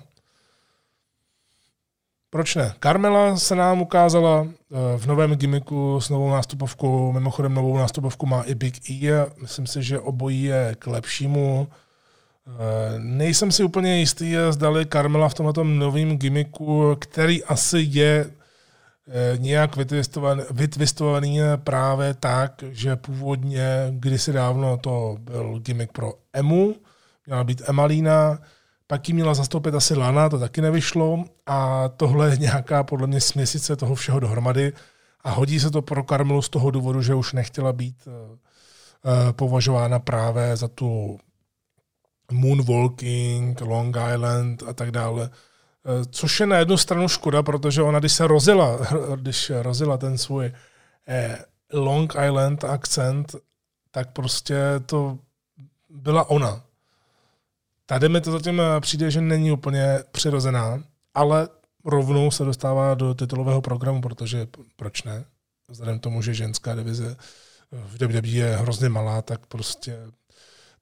Proč ne? Carmela se nám ukázala v novém gimmicku s novou nástupovkou. Mimochodem novou nástupovku má i Big E. Myslím si, že obojí je k lepšímu. Nejsem si úplně jistý, zdali Carmela v tomto novém gimmicku, který asi je nějak vytvistovaný právě tak, že původně kdysi dávno to byl gimmick pro Emu, měla být Emalina, pak ji měla zastoupit asi Lana, to taky nevyšlo a tohle je nějaká podle mě směsice toho všeho dohromady a hodí se to pro Carmelu z toho důvodu, že už nechtěla být považována právě za tu Moonwalking, Long Island a tak dále. Což je na jednu stranu škoda, protože ona, když rozjela ten svůj Long Island akcent, tak prostě to byla ona. Tady mi to zatím přijde, že není úplně přirozená, ale rovnou se dostává do titulového programu, protože proč ne? Vzhledem k tomu, že ženská divize v WWE je hrozně malá, tak prostě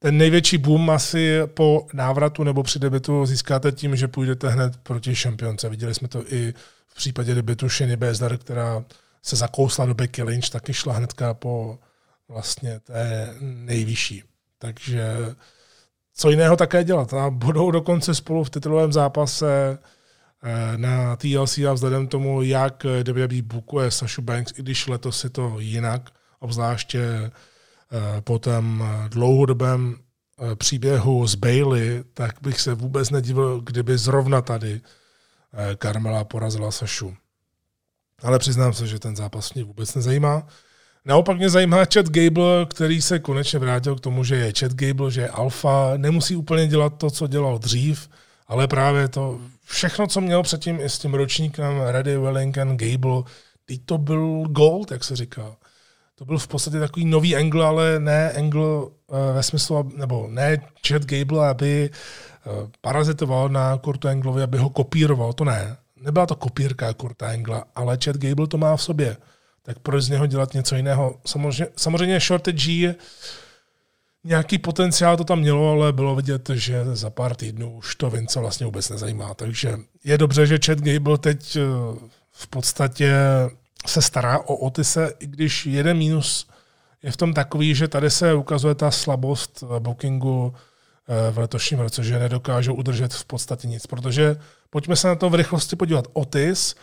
ten největší boom asi po návratu nebo při debutu získáte tím, že půjdete hned proti šampionce. Viděli jsme to i v případě debutu Shayny Baszler, která se zakousla do Becky Lynch, taky šla hnedka po vlastně té nejvyšší. Takže co jiného také dělat. A budou dokonce spolu v titulovém zápase na TLC a vzhledem tomu, jak WWE bookuje Sasha Banks, i když letos je to jinak, obzvláště po tom dlouhodobém příběhu s Bayley, tak bych se vůbec nedivil, kdyby zrovna tady Carmella porazila Sašu. Ale přiznám se, že ten zápas mě vůbec nezajímá. Naopak mě zajímá Chad Gable, který se konečně vrátil k tomu, že je Chad Gable, že je alfa, nemusí úplně dělat to, co dělal dřív, ale právě to všechno, co měl předtím i s tím ročníkem Reddy, Wellington, Gable, teď to byl gold, jak se říká. To byl v podstatě takový nový angle, ale ne angle ve smyslu, nebo ne Chad Gable, aby parazitoval na Kurtu Anglovi, aby ho kopíroval, to ne. Nebyla to kopírka Kurta Angla, ale Chad Gable to má v sobě. Tak proč z něho dělat něco jiného? Samozřejmě Shorty G nějaký potenciál to tam mělo, ale bylo vidět, že za pár týdnů už to Vince vlastně vůbec nezajímá. Takže je dobře, že Chad Gable teď v podstatě se stará o Otise, i když jeden mínus je v tom takový, že tady se ukazuje ta slabost bookingu v letošním roce, že nedokážou udržet v podstatě nic, protože pojďme se na to v rychlosti podívat. Otis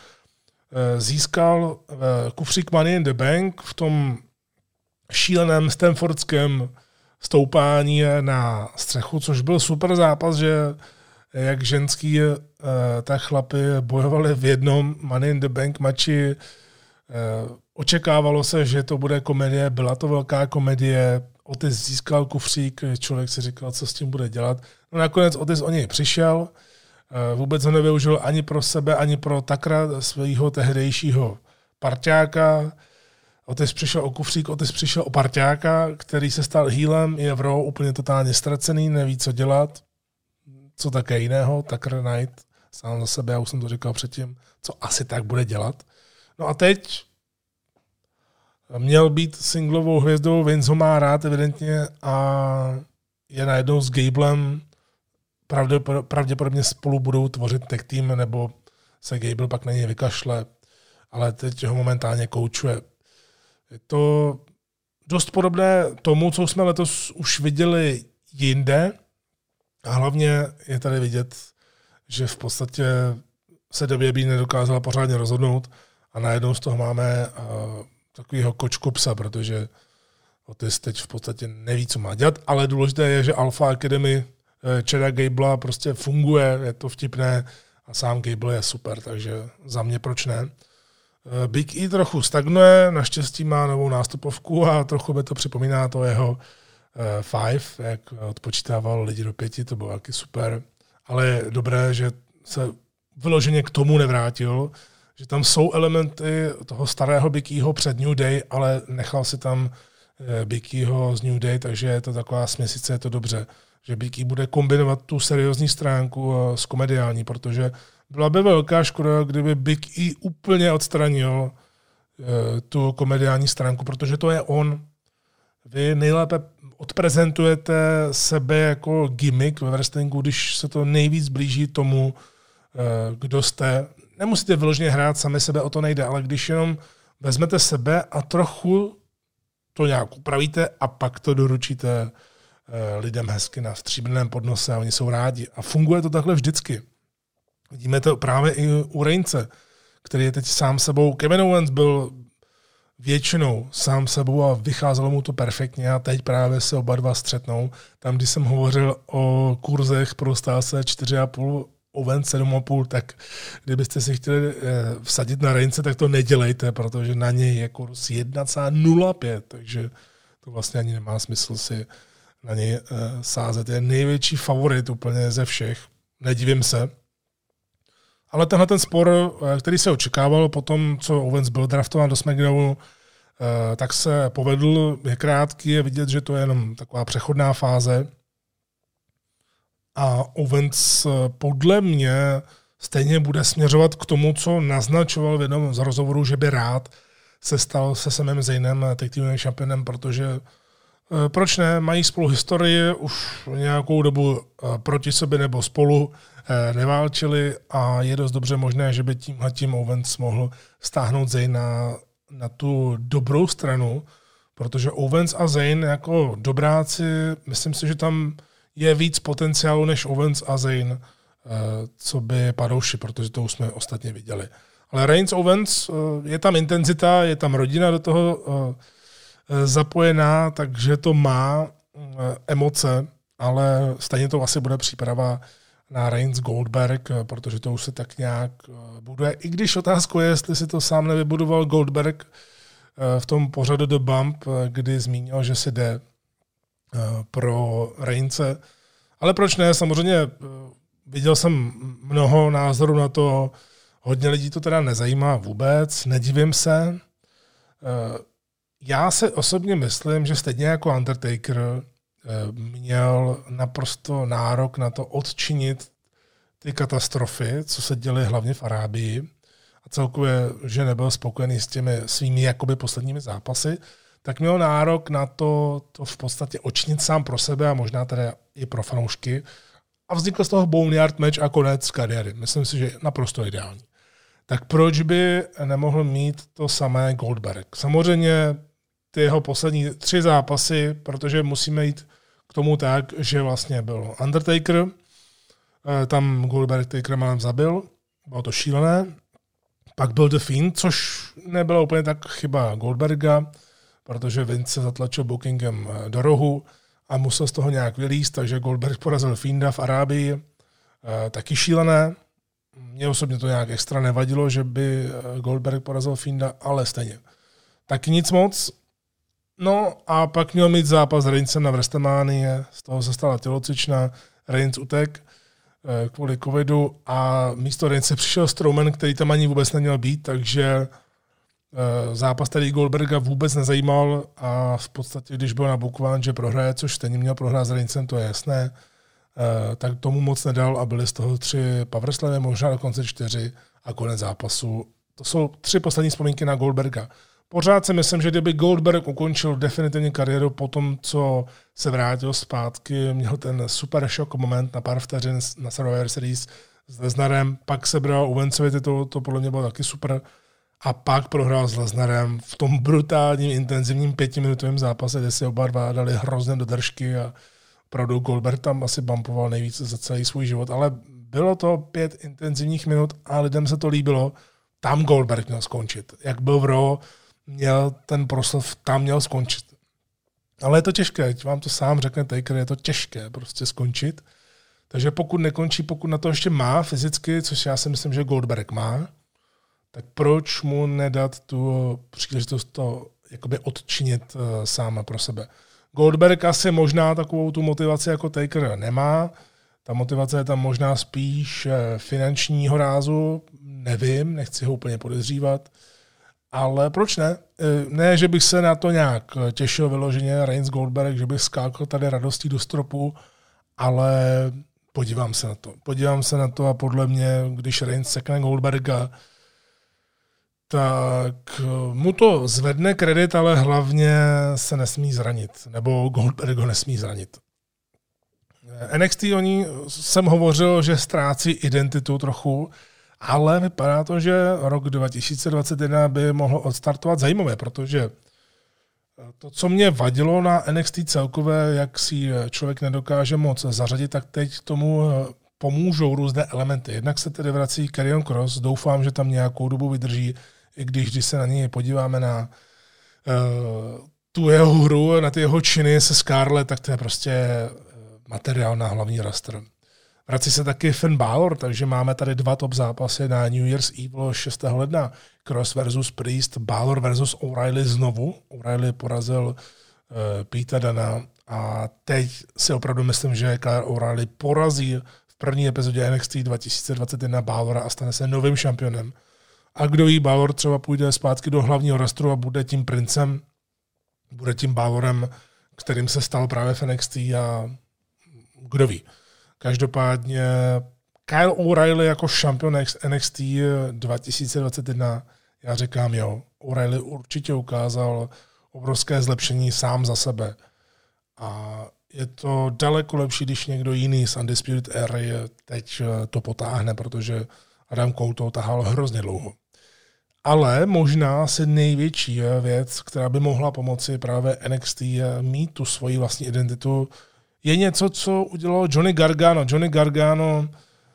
získal kufřík Money in the Bank v tom šíleném stanfordském stoupání na střechu, což byl super zápas, že jak ženský, tak chlapi bojovali v jednom Money in the Bank mači. Očekávalo se, že to bude komedie, byla to velká komedie, Otis získal kufřík, člověk si říkal, co s tím bude dělat. No nakonec Otis o něj přišel, vůbec ho nevyužil ani pro sebe, ani pro Takra, svého tehdejšího parťáka. Otis přišel o kufřík, Otis přišel o parťáka, který se stal heelem, je v Raw úplně totálně ztracený, neví, co dělat, co také jiného, Tucker Knight sám za sebe, já už jsem to říkal předtím, co asi tak bude dělat. No a teď měl být singlovou hvězdou, Vince ho má rád evidentně a je najednou s Gablem, pravděpodobně spolu budou tvořit tag team, nebo se Gable pak na něj vykašle, ale teď ho momentálně koučuje. Je to dost podobné tomu, co jsme letos už viděli jinde a hlavně je tady vidět, že v podstatě se WWE nedokázala pořádně rozhodnout a najednou z toho máme takového kočku psa, protože Otis teď v podstatě neví, co má dělat, ale důležité je, že Alpha Academy Chada Gablea prostě funguje, je to vtipné a sám Gable je super, takže za mě proč ne. Big E trochu stagnuje, naštěstí má novou nástupovku a trochu mi to připomíná to jeho Five, jak odpočítával lidi do 5, to bylo taky super, ale je dobré, že se vyloženě k tomu nevrátil, že tam jsou elementy toho starého Big Eho před New Day, ale nechal si tam Big Eho z New Day, takže je to taková směsice, je to dobře, že Big E bude kombinovat tu seriózní stránku s komediální, protože byla by velká škoda, kdyby Big E úplně odstranil tu komediální stránku, protože to je on. Vy nejlépe odprezentujete sebe jako gimmick ve wrestlingu, když se to nejvíc blíží tomu, kdo jste. Nemusíte vyloženě hrát sami sebe, o to nejde, ale když jenom vezmete sebe a trochu to nějak upravíte a pak to doručíte lidem hezky na stříbrném podnose a oni jsou rádi. A funguje to takhle vždycky. Vidíme to právě i u Reignse, který je teď sám sebou. Kevin Owens byl většinou sám sebou a vycházelo mu to perfektně a teď právě se oba dva střetnou. Tam, když jsem hovořil o kurzech pro stáse 4,5, Owens 7,5, tak kdybyste si chtěli vsadit na Reignse, tak to nedělejte, protože na něj je kurz 1,05, takže to vlastně ani nemá smysl si na něj sázet. Je největší favorit úplně ze všech, nedivím se. Ale tenhle ten spor, který se očekával po tom, co Owens byl draftován do SmackDownu, tak se povedl, je krátký, je vidět, že to je jenom taková přechodná fáze. A Owens podle mě stejně bude směřovat k tomu, co naznačoval v jednom z rozhovorů, že by rád se stal se Samem Zaynem tag teamovým šampionem, protože Proč ne? Mají spolu historii, už nějakou dobu proti sobě nebo spolu neválčili a je dost dobře možné, že by tímhletím Owens mohl stáhnout Zayna na tu dobrou stranu, protože Owens a Zayn jako dobráci, myslím si, že tam je víc potenciálu než Owens a Zayn, co by padouši, protože to už jsme ostatně viděli. Ale Reigns Owens, je tam intenzita, je tam rodina do toho zapojená, takže to má emoce, ale stejně to asi bude příprava na Reigns Goldberg, protože to už se tak nějak buduje. I když otázka je, jestli si to sám nevybudoval Goldberg v tom pořadu The Bump, kdy zmínil, že si jde pro Reignse. Ale proč ne? Samozřejmě viděl jsem mnoho názorů na to, hodně lidí to teda nezajímá vůbec, nedivím se. Já se osobně myslím, že stejně jako Undertaker měl naprosto nárok na to odčinit ty katastrofy, co se děly hlavně v Arábii a celkově, že nebyl spokojený s těmi svými jakoby posledními zápasy, tak měl nárok na to v podstatě odčinit sám pro sebe a možná teda i pro fanoušky a vznikl z toho boneyard match a konec kariéry. Myslím si, že je naprosto ideální. Tak proč by nemohl mít to samé Goldberg? Samozřejmě ty jeho poslední 3 zápasy, protože musíme jít k tomu tak, že vlastně byl Undertaker, tam Goldberg Taker málem zabil, bylo to šílené, pak byl The Fiend, což nebyla úplně tak chyba Goldberga, protože Vince se zatlačil bookingem do rohu a musel z toho nějak vylízt, takže Goldberg porazil Fienda v Arábii, taky šílené. Mně osobně to nějak extra nevadilo, že by Goldberg porazil Fienda, ale stejně. Taky nic moc. No a pak měl mít zápas s Reinsem na WrestleMania, z toho se stala tělocvična, Reigns utek kvůli covidu a místo Reignse přišel Strowman, který tam ani vůbec neměl být, takže zápas tady Goldberga vůbec nezajímal a v podstatě, když byl nabukován, že prohraje, což stejně měl prohrát s Reinsem, to je jasné, tak tomu moc nedal a byly z toho 3 powerslamy, možná dokonce 4 a konec zápasu. To jsou 3 poslední vzpomínky na Goldberga. Pořád si myslím, že kdyby Goldberg ukončil definitivně kariéru po tom, co se vrátil zpátky, měl ten super shock moment na pár vteřin na Survivor Series s Lesnarem, pak sebral Owensovi titul, to podle mě bylo taky super, a pak prohrál s Lesnarem v tom brutálním, intenzivním 5minutovém zápase, kde si oba dva dali hrozně do držky a opravdu Goldberg tam asi bumpoval nejvíce za celý svůj život, ale bylo to 5 intenzivních minut a lidem se to líbilo. Tam Goldberg měl skončit. Jak byl v Raw, měl ten proslov, tam měl skončit. Ale je to těžké, ať vám to sám řekne Taker, je to těžké prostě skončit. Takže pokud nekončí, pokud na to ještě má fyzicky, což já si myslím, že Goldberg má, tak proč mu nedat tu příležitost to jakoby odčinit sám pro sebe. Goldberg asi možná takovou tu motivaci jako Taker nemá. Ta motivace je tam možná spíš finančního rázu, nevím, nechci ho úplně podezřívat, ale proč ne? Ne, že bych se na to nějak těšil vyloženě, Reigns Goldberg, že bych skákal tady radostí do stropu, ale podívám se na to. Podívám se na to a podle mě, když Reigns sekne Goldberga, tak mu to zvedne kredit, ale hlavně se nesmí zranit, nebo Goldberg ho nesmí zranit. NXT jsem hovořil, že ztrácí identitu trochu, ale vypadá to, že rok 2021 by mohl odstartovat zajímavé, protože to, co mě vadilo na NXT celkové, jak si člověk nedokáže moc zařadit, tak teď tomu pomůžou různé elementy. Jednak se tedy vrací Karrion Kross, doufám, že tam nějakou dobu vydrží, i když se na něj podíváme na tu jeho hru, na ty jeho činy se Scarlett, tak to je prostě materiál na hlavní roster. Vrací se taky Finn Balor, takže máme tady 2 top zápasy na New Year's Eve 6. ledna. Cross versus Priest, Balor versus O'Reilly znovu. O'Reilly porazil Pete Dana a teď si opravdu myslím, že Kyle O'Reilly porazí v první epizodě NXT 2021 Balora a stane se novým šampionem. A kdo ví, Balor třeba půjde zpátky do hlavního rostru a bude tím princem, bude tím Balorem, kterým se stal právě v NXT a kdo ví. Každopádně Kyle O'Reilly jako šampion NXT 2021, já říkám jo, O'Reilly určitě ukázal obrovské zlepšení sám za sebe. A je to daleko lepší, když někdo jiný z Undisputed Ery teď to potáhne, protože Adam Cole to tahal hrozně dlouho. Ale možná asi největší věc, která by mohla pomoci právě NXT mít tu svoji vlastní identitu, je něco, co udělal Johnny Gargano. Johnny Gargano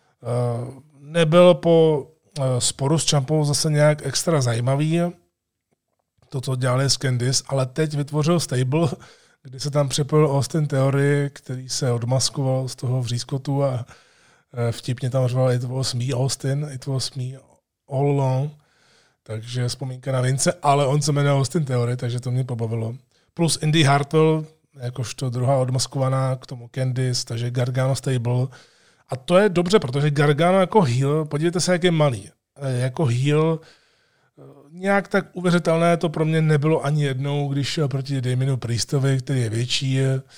nebyl po sporu s Ciampou zase nějak extra zajímavý, to, co dělali s Candice, ale teď vytvořil stable, kdy se tam připojil Austin Theory, který se odmaskoval z toho vřízkotu a vtipně tam řval It was me, Austin, it was me all along. Takže vzpomínka na Vince, ale on se jmenuje Austin Theory, takže to mě pobavilo. Plus Indy Hartwell, jakožto druhá odmaskovaná k tomu Candice, takže Gargano stable. A to je dobře, protože Gargano jako heel, podívejte se, jak je malý. Jako heel nějak tak uvěřitelné to pro mě nebylo ani jednou, když šel proti Damienu Priestovi, který je větší,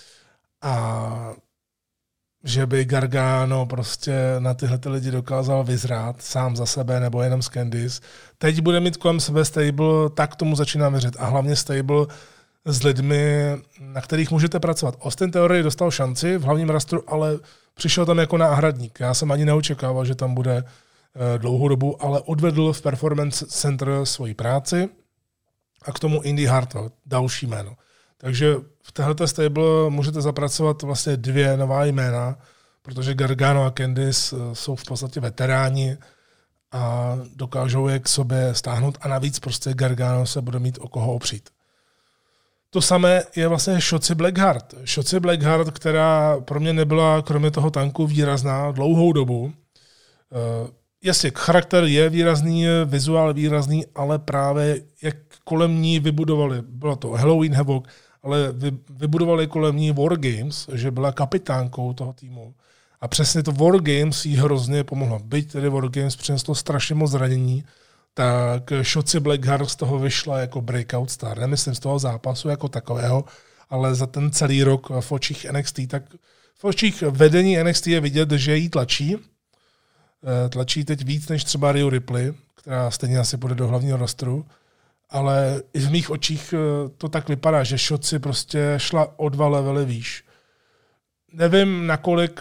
a že by Gargano prostě na tyhle lidi dokázal vyzrát sám za sebe nebo jenom z Candice. Teď bude mít kolem sebe stable, tak tomu začíná věřit. A hlavně stable s lidmi, na kterých můžete pracovat. Austin Theory dostal šanci v hlavním rastru, ale přišel tam jako náhradník. Já jsem ani neočekával, že tam bude dlouhou dobu, ale odvedl v Performance Center svoji práci a k tomu Indy Hartwell, další jméno. Takže v této stable můžete zapracovat vlastně dvě nová jména, protože Gargano a Candice jsou v podstatě veteráni a dokážou je k sobě stáhnout a navíc prostě Gargano se bude mít o koho opřít. To samé je vlastně Shotzi Blackheart. Shotzi Blackheart, která pro mě nebyla kromě toho tanku výrazná dlouhou dobu. Jasně, charakter je výrazný, vizuál výrazný, ale právě jak kolem ní vybudovali, bylo to Halloween Havoc, ale vybudovali kolem ní War Games, že byla kapitánkou toho týmu. A přesně to War Games jí hrozně pomohlo. Byť tedy War Games přineslo strašně moc zranění, tak Shotzi Blackheart z toho vyšla jako breakout star. Nemyslím z toho zápasu jako takového, ale za ten celý rok v očích NXT, tak v očích vedení NXT je vidět, že jí tlačí. Tlačí teď víc než třeba Rhea Ripley, která stejně asi půjde do hlavního rostru, ale i v mých očích to tak vypadá, že Shotzi prostě šla o 2 levely výš. Nevím, nakolik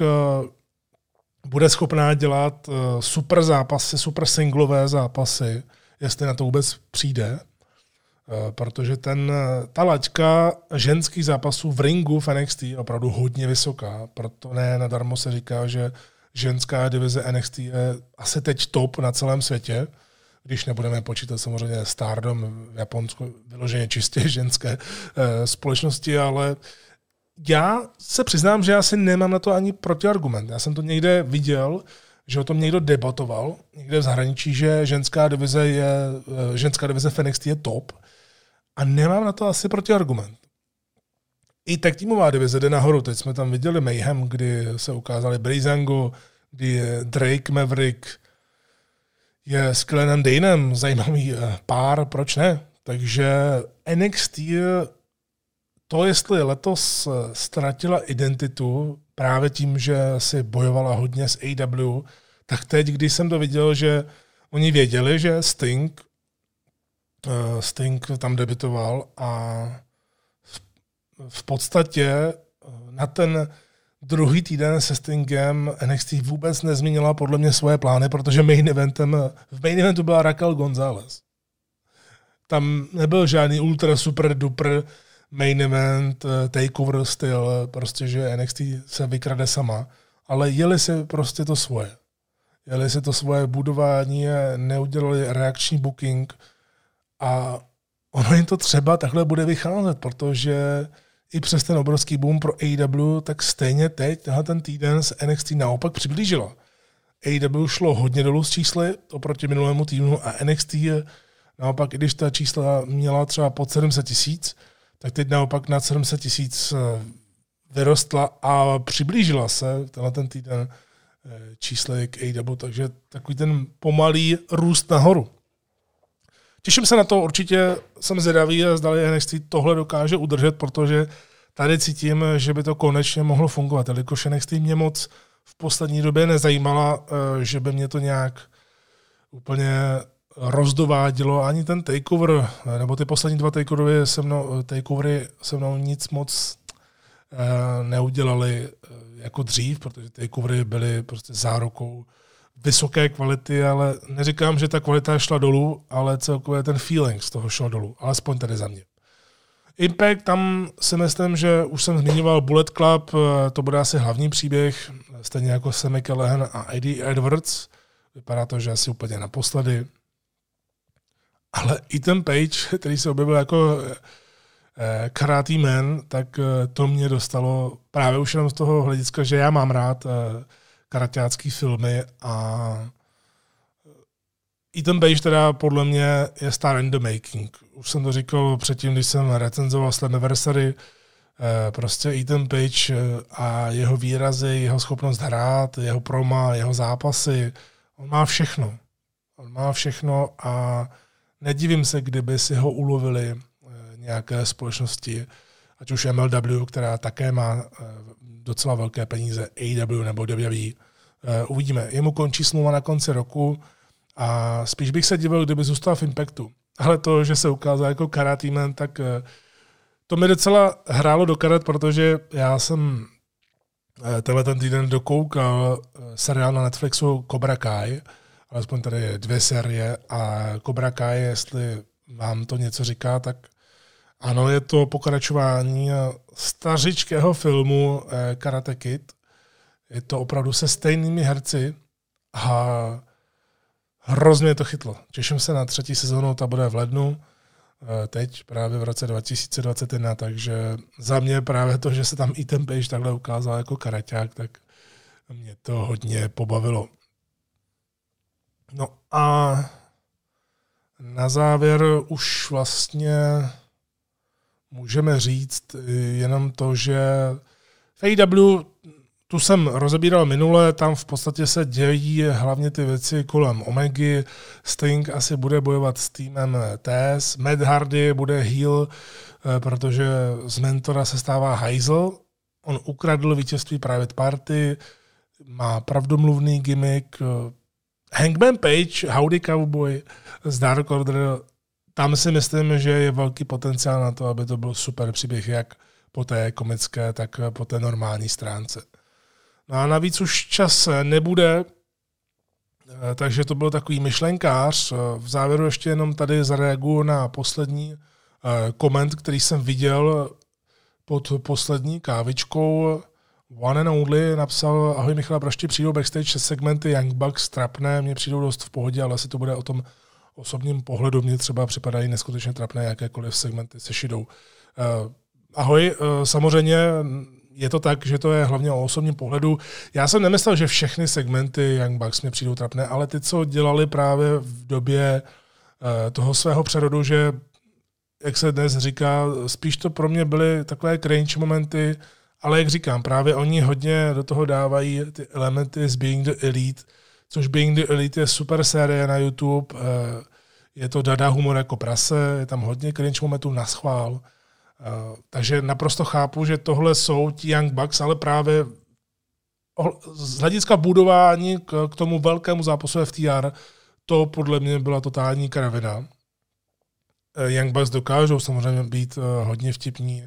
bude schopná dělat super zápasy, super singlové zápasy, jestli na to vůbec přijde, protože ta laťka ženských zápasů v ringu v NXT je opravdu hodně vysoká, proto ne nadarmo se říká, že ženská divize NXT je asi teď top na celém světě, když nebudeme počítat samozřejmě Stardom v Japonsku, vyloženě čistě ženské společnosti, ale já se přiznám, že já si nemám na to ani protiargument. Já jsem to někde viděl, že o tom někdo debatoval, někde v zahraničí, že ženská divize v NXT je top a nemám na to asi protiargument. I tak týmová divize jde nahoru. Teď jsme tam viděli Mayhem, kdy se ukázali Breezango, kdy je Drake Maverick, je s Kellenem Danem zajímavý pár, proč ne? Takže NXT, to jestli letos ztratila identitu právě tím, že si bojovala hodně s AEW, tak teď, když jsem to viděl, že oni věděli, že Sting tam debitoval a v podstatě na ten druhý týden se Stingem NXT vůbec nezmínila podle mě svoje plány, protože v main eventu byla Raquel González. Tam nebyl žádný ultra super duper main event, takeover styl, prostě, že NXT se vykrade sama, ale jeli si prostě to svoje. Jeli si to svoje budování, neudělali reakční booking a ono jim to třeba takhle bude vycházet, protože i přes ten obrovský boom pro AEW, tak stejně teď ten týden se NXT naopak přiblížila. AEW šlo hodně dolů z čísly oproti minulému týdnu a NXT naopak, i když ta čísla měla třeba pod 700 000, tak teď naopak nad 700 000 vyrostla a přiblížila se ten týden čísly k AEW, takže takový ten pomalý růst nahoru. Těším se na to, určitě jsem zvědavý, zdali NXT tohle dokáže udržet, protože tady cítím, že by to konečně mohlo fungovat, jelikož NXT mě moc v poslední době nezajímala, že by mě to nějak úplně rozdovádělo, ani ten takeover, nebo ty poslední 2 takeovery se mnou nic moc neudělali jako dřív, protože ty covery byly prostě zárukou vysoké kvality, ale neříkám, že ta kvalita šla dolů, ale celkově ten feeling z toho šel dolů, alespoň tady za mě. Impact, tam si myslím, že už jsem zmiňoval Bullet Club, to bude asi hlavní příběh, stejně jako Sami Callihan a Eddie Edwards. Vypadá to, že asi úplně naposledy. Ale Ethan Page, který se objevil jako Karate Man, tak to mě dostalo právě už jenom z toho hlediska, že já mám rád karaťácký filmy a Ethan Page teda podle mě je star in the making. Už jsem to říkal předtím, když jsem recenzoval Slammiversary, prostě Ethan Page a jeho výrazy, jeho schopnost hrát, jeho proma, jeho zápasy, on má všechno. On má všechno a nedivím se, kdyby si ho ulovili nějaké společnosti, ať už MLW, která také má docela velké peníze, AEW nebo WWE. Uvidíme. Jemu končí smlouva na konci roku a spíš bych se divil, kdyby zůstal v Impactu. Ale to, že se ukázal jako Karate Man, tak to mi docela hrálo do karet, protože já jsem tenhle ten týden dokoukal seriál na Netflixu Cobra Kai, alespoň tady 2 série a Cobra Kai, jestli vám to něco říká, tak ano, je to pokračování stařičkého filmu Karate Kid. Je to opravdu se stejnými herci a hrozně to chytlo. Těším se na 3. sezónu, ta bude v lednu, teď právě v roce 2021, takže za mě právě to, že se tam Ethan Page takhle ukázal jako karaťák, tak mě to hodně pobavilo. No a na závěr už vlastně můžeme říct jenom to, že v AEW tu jsem rozebíral minule, tam v podstatě se dějí hlavně ty věci kolem Omegy, Sting asi bude bojovat s týmem Taz, Matt Hardy bude heel, protože z mentora se stává hajzl, on ukradl vítězství Private Party, má pravdomluvný gimmick, Hangman Page, Howdy Cowboy z Dark Order, tam si myslím, že je velký potenciál na to, aby to byl super příběh, jak po té komické, tak po té normální stránce. No a navíc už čas nebude, takže to byl takový myšlenkář. V závěru ještě jenom tady zareaguju na poslední koment, který jsem viděl pod poslední kávičkou. One and Only napsal: ahoj Michal, proč přijdou backstage segmenty Young Bucks trapné, mně přijdou dost v pohodě, ale asi to bude o tom osobním pohledu, mně třeba připadají neskutečně trapné jakékoliv segmenty se Shidou. Ahoj, samozřejmě je to tak, že to je hlavně o osobním pohledu. Já jsem nemyslel, že všechny segmenty Young Bucks mě přijdou trapné, ale ty, co dělali právě v době toho svého přerodu, že, jak se dnes říká, spíš to pro mě byly takové cringe momenty, ale jak říkám, právě oni hodně do toho dávají ty elementy z Being the Elite, což Being the Elite je super série na YouTube, je to dada humor jako prase, je tam hodně cringe momentů na schvál. Takže naprosto chápu, že tohle jsou ti Young Bucks, ale právě z hlediska budování k tomu velkému zápasu FTR, to podle mě byla totální kravina. Young Bucks dokážou samozřejmě být hodně vtipní.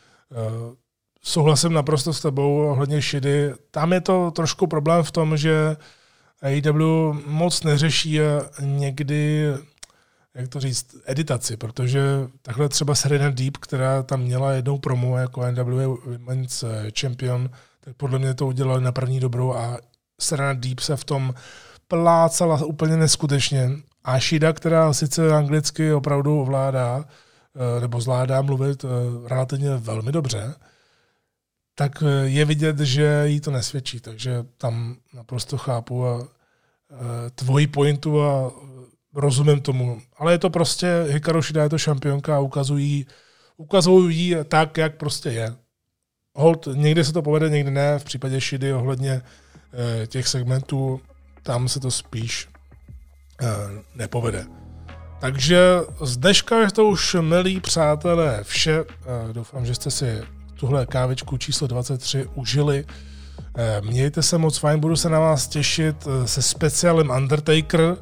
Souhlasím naprosto s tebou ohledně Shidy. Tam je to trošku problém v tom, že AEW moc neřeší někdy, jak to říct, editaci, protože takhle třeba Serena Deeb, která tam měla jednou promo jako NWA Women's Champion, tak podle mě to udělali na první dobrou a Serena Deeb se v tom plácala úplně neskutečně. A Shida, která sice anglicky opravdu ovládá, nebo zvládá mluvit relativně velmi dobře, tak je vidět, že jí to nesvědčí. Takže tam naprosto chápu a tvoji pointu a rozumím tomu. Ale je to prostě, Hikaru Shida je to šampionka a ukazují jí tak, jak prostě je. Hold, někdy se to povede, někdy ne. V případě Shidy ohledně těch segmentů, tam se to spíš nepovede. Takže z dneška je to už, milí přátelé, vše. Doufám, že jste si tuhle kávičku číslo 23 užili. Mějte se moc fajn, budu se na vás těšit se speciálem Undertaker,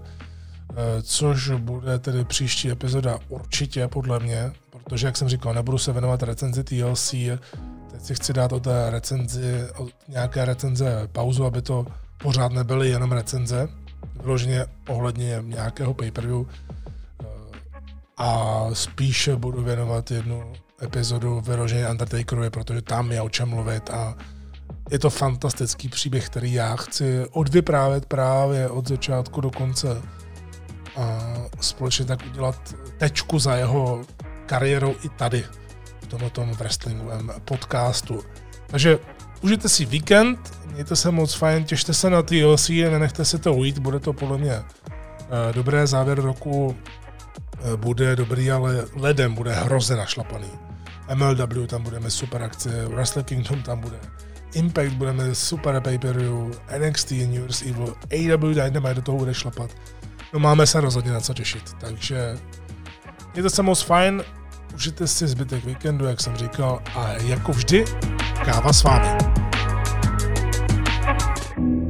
což bude tedy příští epizoda určitě podle mě, protože, jak jsem říkal, nebudu se věnovat recenzi TLC, teď si chci dát od nějaké recenze pauzu, aby to pořád nebyly jenom recenze, vyloženě ohledně nějakého pay-per-view, a spíš budu věnovat jednu epizodu vyloženě Undertakerovi, protože tam je o čem mluvit a je to fantastický příběh, který já chci odvyprávět právě od začátku do konce a společně tak udělat tečku za jeho kariérou i tady v tomto wrestlingovém podcastu. Takže užijte si víkend, mějte se moc fajn, těšte se na TLC, nenechte se to ujít, bude to podle mě dobré, závěr roku bude dobrý, ale ledem bude hrozně našlapaný. MLW tam budeme super akce, Wrestle Kingdom tam bude, Impact budeme super pay-per-view, NXT, New Year's Evil, AEW Dynamite do toho bude šlapat. No máme se rozhodně na co těšit, takže mějte se moc fajn, užijte si zbytek víkendu, jak jsem říkal, a jako vždy, káva s vámi.